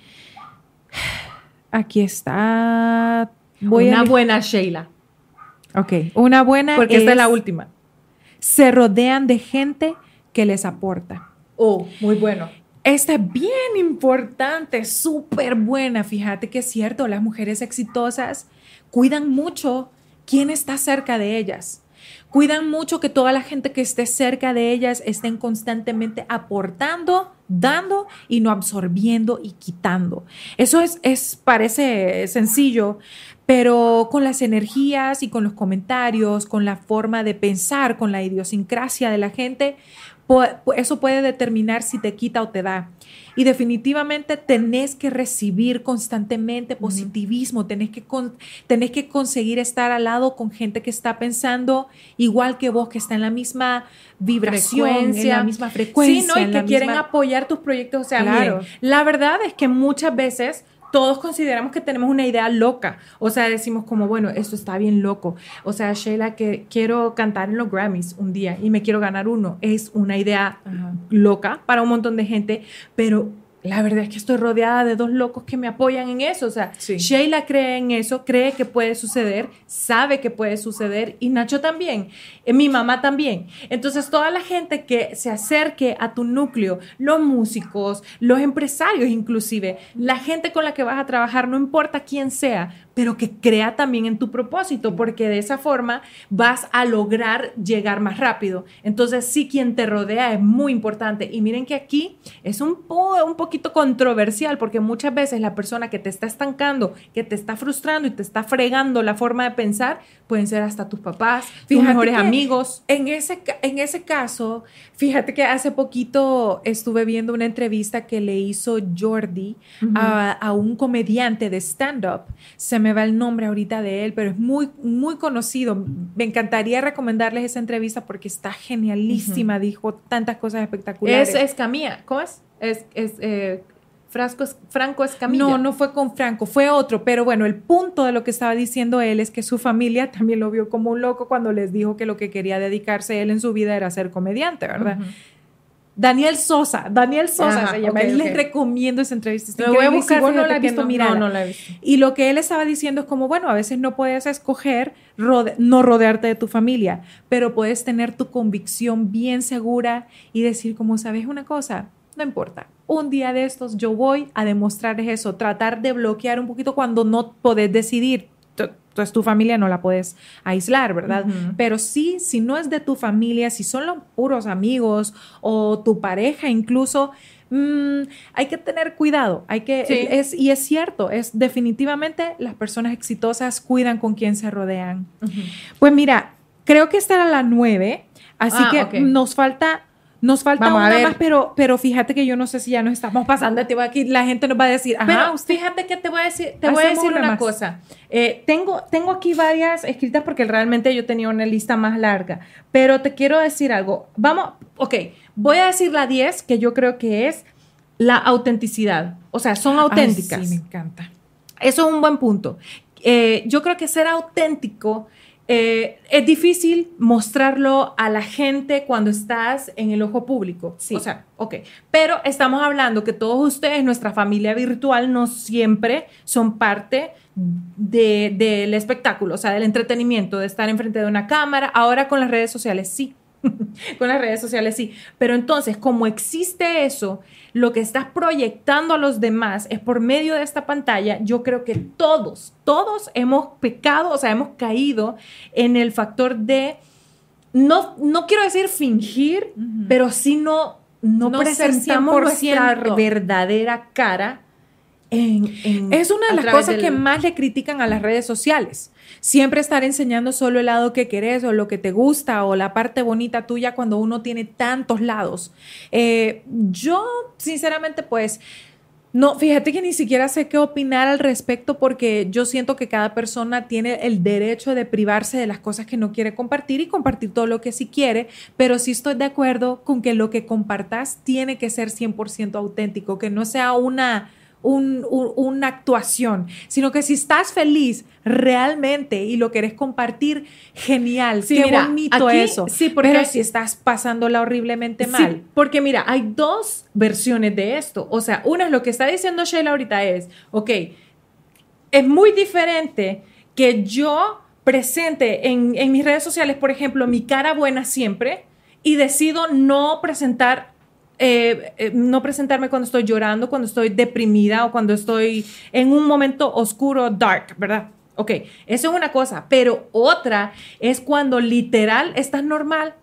aquí está. Voy Una a, buena Sheila. Ok, una buena. Porque esta es la última. Se rodean de gente que les aporta. Oh, muy bueno. Esta es bien importante, súper buena. Fíjate que es cierto, las mujeres exitosas cuidan mucho quién está cerca de ellas. Cuidan mucho que toda la gente que esté cerca de ellas estén constantemente aportando, dando y no absorbiendo y quitando. Eso es, es parece sencillo, pero con las energías y con los comentarios, con la forma de pensar, con la idiosincrasia de la gente, eso puede determinar si te quita o te da. Y definitivamente tenés que recibir constantemente positivismo, uh-huh. tenés, que con, tenés que conseguir estar al lado con gente que está pensando igual que vos, que está en la misma vibración, frecuencia. en la misma frecuencia. Sí, ¿no? Y que quieren misma... apoyar tus proyectos. O sea, claro. miren, la verdad es que muchas veces todos consideramos que tenemos una idea loca. O sea, decimos como, bueno, esto está bien loco. O sea, Sheila, que quiero cantar en los Grammys un día y me quiero ganar uno. Es una idea Ajá. loca para un montón de gente, pero la verdad es que estoy rodeada de dos locos que me apoyan en eso. O sea, sí. Sheila cree en eso, cree que puede suceder, sabe que puede suceder, y Nacho también, eh, mi mamá también. Entonces, toda la gente que se acerque a tu núcleo, los músicos, los empresarios inclusive, la gente con la que vas a trabajar, no importa quién sea, pero que crea también en tu propósito, porque de esa forma vas a lograr llegar más rápido. Entonces, sí, quien te rodea es muy importante. Y miren que aquí es un, po, un poquito controversial, porque muchas veces la persona que te está estancando, que te está frustrando y te está fregando la forma de pensar, pueden ser hasta tus papás, tus fíjate mejores amigos. En ese, en ese caso, fíjate que hace poquito estuve viendo una entrevista que le hizo Jordi uh-huh. a, a un comediante de stand-up. Se me va el nombre ahorita de él, pero es muy, muy conocido. Me encantaría recomendarles esa entrevista porque está genialísima. Uh-huh. Dijo tantas cosas espectaculares. Es Escamilla. ¿Cómo es? Es, es eh, Frasco, Franco Escamilla. No, no fue con Franco, fue otro. Pero bueno, el punto de lo que estaba diciendo él es que su familia también lo vio como un loco cuando les dijo que lo que quería dedicarse él en su vida era ser comediante, ¿verdad? Uh-huh. Daniel Sosa, Daniel Sosa Ajá, se llama. Okay, les okay. recomiendo esa entrevista. Lo voy a buscar, si vos no la has visto, no, mira. No, no la he visto. Y lo que él estaba diciendo es como, bueno, a veces no puedes escoger rode- no rodearte de tu familia, pero puedes tener tu convicción bien segura y decir como, ¿sabes una cosa? No importa. Un día de estos yo voy a demostrarles eso, tratar de bloquear un poquito cuando no podés decidir. Entonces tu familia no la puedes aislar, ¿verdad? Uh-huh. Pero sí, si no es de tu familia, si son los puros amigos o tu pareja incluso, mmm, hay que tener cuidado. Hay que, sí. es, y es cierto, es definitivamente las personas exitosas cuidan con quien se rodean. Uh-huh. Pues mira, creo que esta era la nueve, así ah, que okay. nos falta... Nos falta Vamos una más, pero, pero fíjate que yo no sé si ya nos estamos pasando. Te voy aquí, la gente nos va a decir, ajá, pero usted, fíjate que te voy a decir, te voy a decir una, una cosa. Eh, tengo, tengo aquí varias escritas porque realmente yo tenía una lista más larga, pero te quiero decir algo. Vamos, ok, voy a decir la diez, que yo creo que es la autenticidad. O sea, son auténticas. Ay, sí, me encanta. Eso es un buen punto. Eh, yo creo que ser auténtico... Eh, es difícil mostrarlo a la gente cuando estás en el ojo público. Sí. O sea, ok. Pero estamos hablando que todos ustedes, nuestra familia virtual, no siempre son parte de, del espectáculo, o sea, del entretenimiento, de estar enfrente de una cámara. Ahora con las redes sociales, sí. Con las redes sociales, sí. Pero entonces, como existe eso, lo que estás proyectando a los demás es por medio de esta pantalla. Yo creo que todos, todos hemos pecado, o sea, hemos caído en el factor de, no, no quiero decir fingir, uh-huh. pero sí no, no, no presentamos nuestra verdadera cara. En, en, es una de las cosas del... que más le critican a las redes sociales. Siempre estar enseñando solo el lado que querés o lo que te gusta o la parte bonita tuya cuando uno tiene tantos lados. Eh, yo, sinceramente, pues, no, fíjate que ni siquiera sé qué opinar al respecto porque yo siento que cada persona tiene el derecho de privarse de las cosas que no quiere compartir y compartir todo lo que sí quiere, pero sí estoy de acuerdo con que lo que compartas tiene que ser cien por ciento auténtico, que no sea una... Un, un, una actuación, sino que si estás feliz realmente y lo querés compartir, genial, sí, qué mira, bonito aquí, eso. Sí, porque, pero si estás pasándola horriblemente mal. Sí, porque mira, hay dos versiones de esto. O sea, una es lo que está diciendo Sheila ahorita es, ok, es muy diferente que yo presente en, en mis redes sociales, por ejemplo, mi cara buena siempre y decido no presentar Eh, eh, no presentarme cuando estoy llorando, cuando estoy deprimida o cuando estoy en un momento oscuro, dark, ¿verdad? Ok, eso es una cosa, pero otra es cuando literal estás normal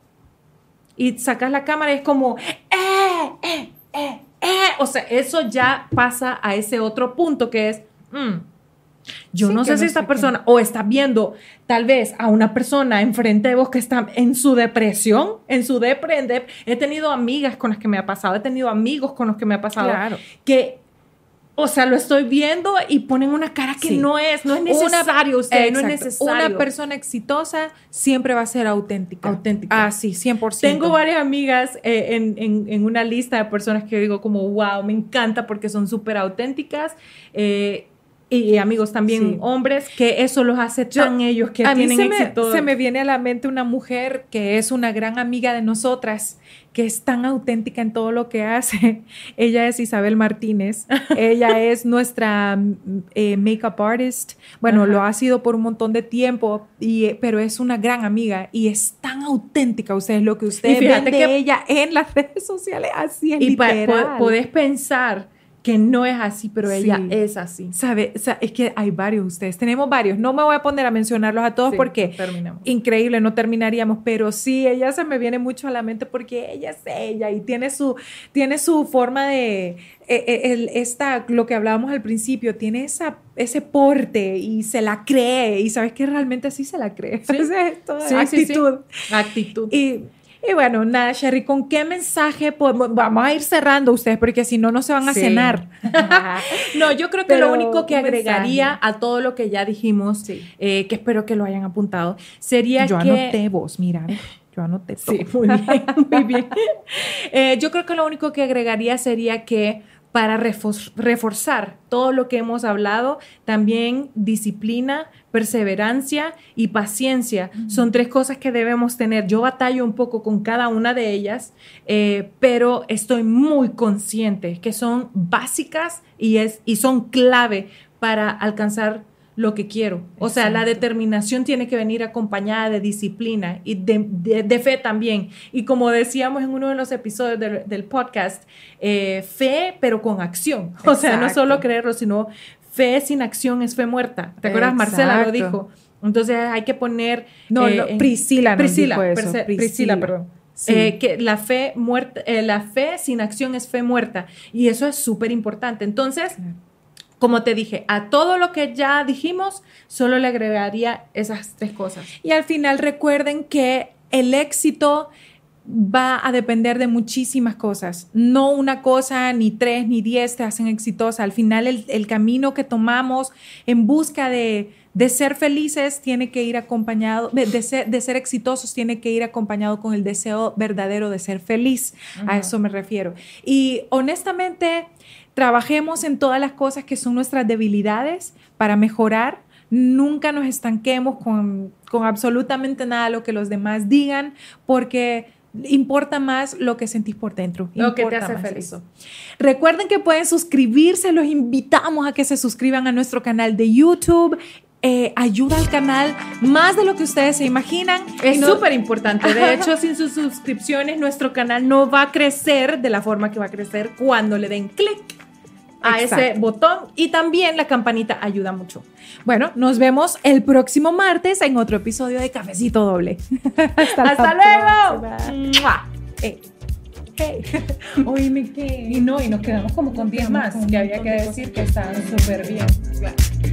y sacas la cámara y es como, eh, eh, eh, eh. O sea, eso ya pasa a ese otro punto que es, mm, Yo Sí, no que sé no si esta sé persona, o estás viendo tal vez a una persona enfrente de vos que está en su depresión, en su depre, en dep- he tenido amigas con las que me ha pasado, he tenido amigos con los que me ha pasado, Claro. que, o sea, lo estoy viendo y ponen una cara que Sí. no es, no es necesario, usted, no es Exacto. necesario. Una persona exitosa siempre va a ser auténtica. Auténtica. Ah, sí, cien por ciento. Tengo varias amigas eh, en, en, en una lista de personas que digo como, wow, me encanta porque son súper auténticas. Eh, y amigos también, Sí. hombres, que eso los hace Yo- tan ellos que a mí tienen se me, éxito. se me viene a la mente una mujer que es una gran amiga de nosotras, que es tan auténtica en todo lo que hace. Ella es Isabel Martínez. Ella es nuestra eh, makeup artist. Bueno, Ajá. lo ha sido por un montón de tiempo, y, eh, pero es una gran amiga y es tan auténtica. Ustedes, lo que ustedes Y fíjate ven de que- ella en las redes sociales, así es Y pa- literal. po- podés pensar que no es así, pero Sí. ella es así. ¿Sabe? O sea, es que hay varios ustedes. Tenemos varios. No me voy a poner a mencionarlos a todos Sí, porque terminamos. increíble, no terminaríamos, pero sí, ella se me viene mucho a la mente porque ella es ella y tiene su, tiene su forma de, eh, eh, el, esta, lo que hablábamos al principio, tiene esa, ese porte y se la cree y sabes que realmente sí se la cree. Sí. O sea, es toda Sí, sí, actitud. sí. Actitud. Y, y bueno, nada, Sherry, ¿con qué mensaje podemos, vamos a ir cerrando ustedes? Porque si no, no se van a Sí. cenar. No, yo creo que Pero lo único que un agregaría mensaje. a todo lo que ya dijimos, Sí. eh, que espero que lo hayan apuntado, sería Yo que... anoté vos, mira, yo anoté todo. Sí, muy bien, muy bien. Eh, yo creo que lo único que agregaría sería que para refor- reforzar todo lo que hemos hablado, también disciplina, perseverancia y paciencia son tres cosas que debemos tener. Yo batallo un poco con cada una de ellas, eh, pero estoy muy consciente que son básicas y, es, y son clave para alcanzar lo que quiero. O sea, la Exacto. determinación tiene que venir acompañada de disciplina y de, de- de fe también. Y como decíamos en uno de los episodios del, del podcast, eh, fe pero con acción. O sea, no Exacto. solo creerlo, sino fe sin acción es fe muerta. ¿Te acuerdas? Marcela lo Exacto. dijo. Entonces hay que poner... No, eh, no, en- Priscila nos Priscila, dijo eso, Priscila, Priscila. Priscila, perdón. Sí. Eh, que la fe muerta, eh, la fe sin acción es fe muerta. Y eso es súper importante. Entonces... Como te dije, a todo lo que ya dijimos, solo le agregaría esas tres cosas. Y al final recuerden que el éxito va a depender de muchísimas cosas. No una cosa, ni tres, ni diez te hacen exitosa. Al final el, el camino que tomamos en busca de, de ser felices tiene que ir acompañado, de, de, ser, de ser exitosos tiene que ir acompañado con el deseo verdadero de ser feliz. Uh-huh. A eso me refiero. Y honestamente, trabajemos en todas las cosas que son nuestras debilidades para mejorar. Nunca nos estanquemos con, con absolutamente nada lo que los demás digan, porque importa más lo que sentís por dentro. Lo que te Importa hace más feliz. eso. Recuerden que pueden suscribirse, los invitamos a que se suscriban a nuestro canal de YouTube. Eh, ayuda al canal más de lo que ustedes se imaginan. Es no, súper importante. De hecho, sin sus suscripciones, nuestro canal no va a crecer de la forma que va a crecer cuando le den clic a Exacto. ese botón. Y también la campanita ayuda mucho. Bueno, nos vemos el próximo martes en otro episodio de Cafecito Doble. Hasta, Hasta luego. Hey. Hey. Oíme que... Y no, y nos quedamos como con diez más, que había que decir que estaban súper bien. Claro.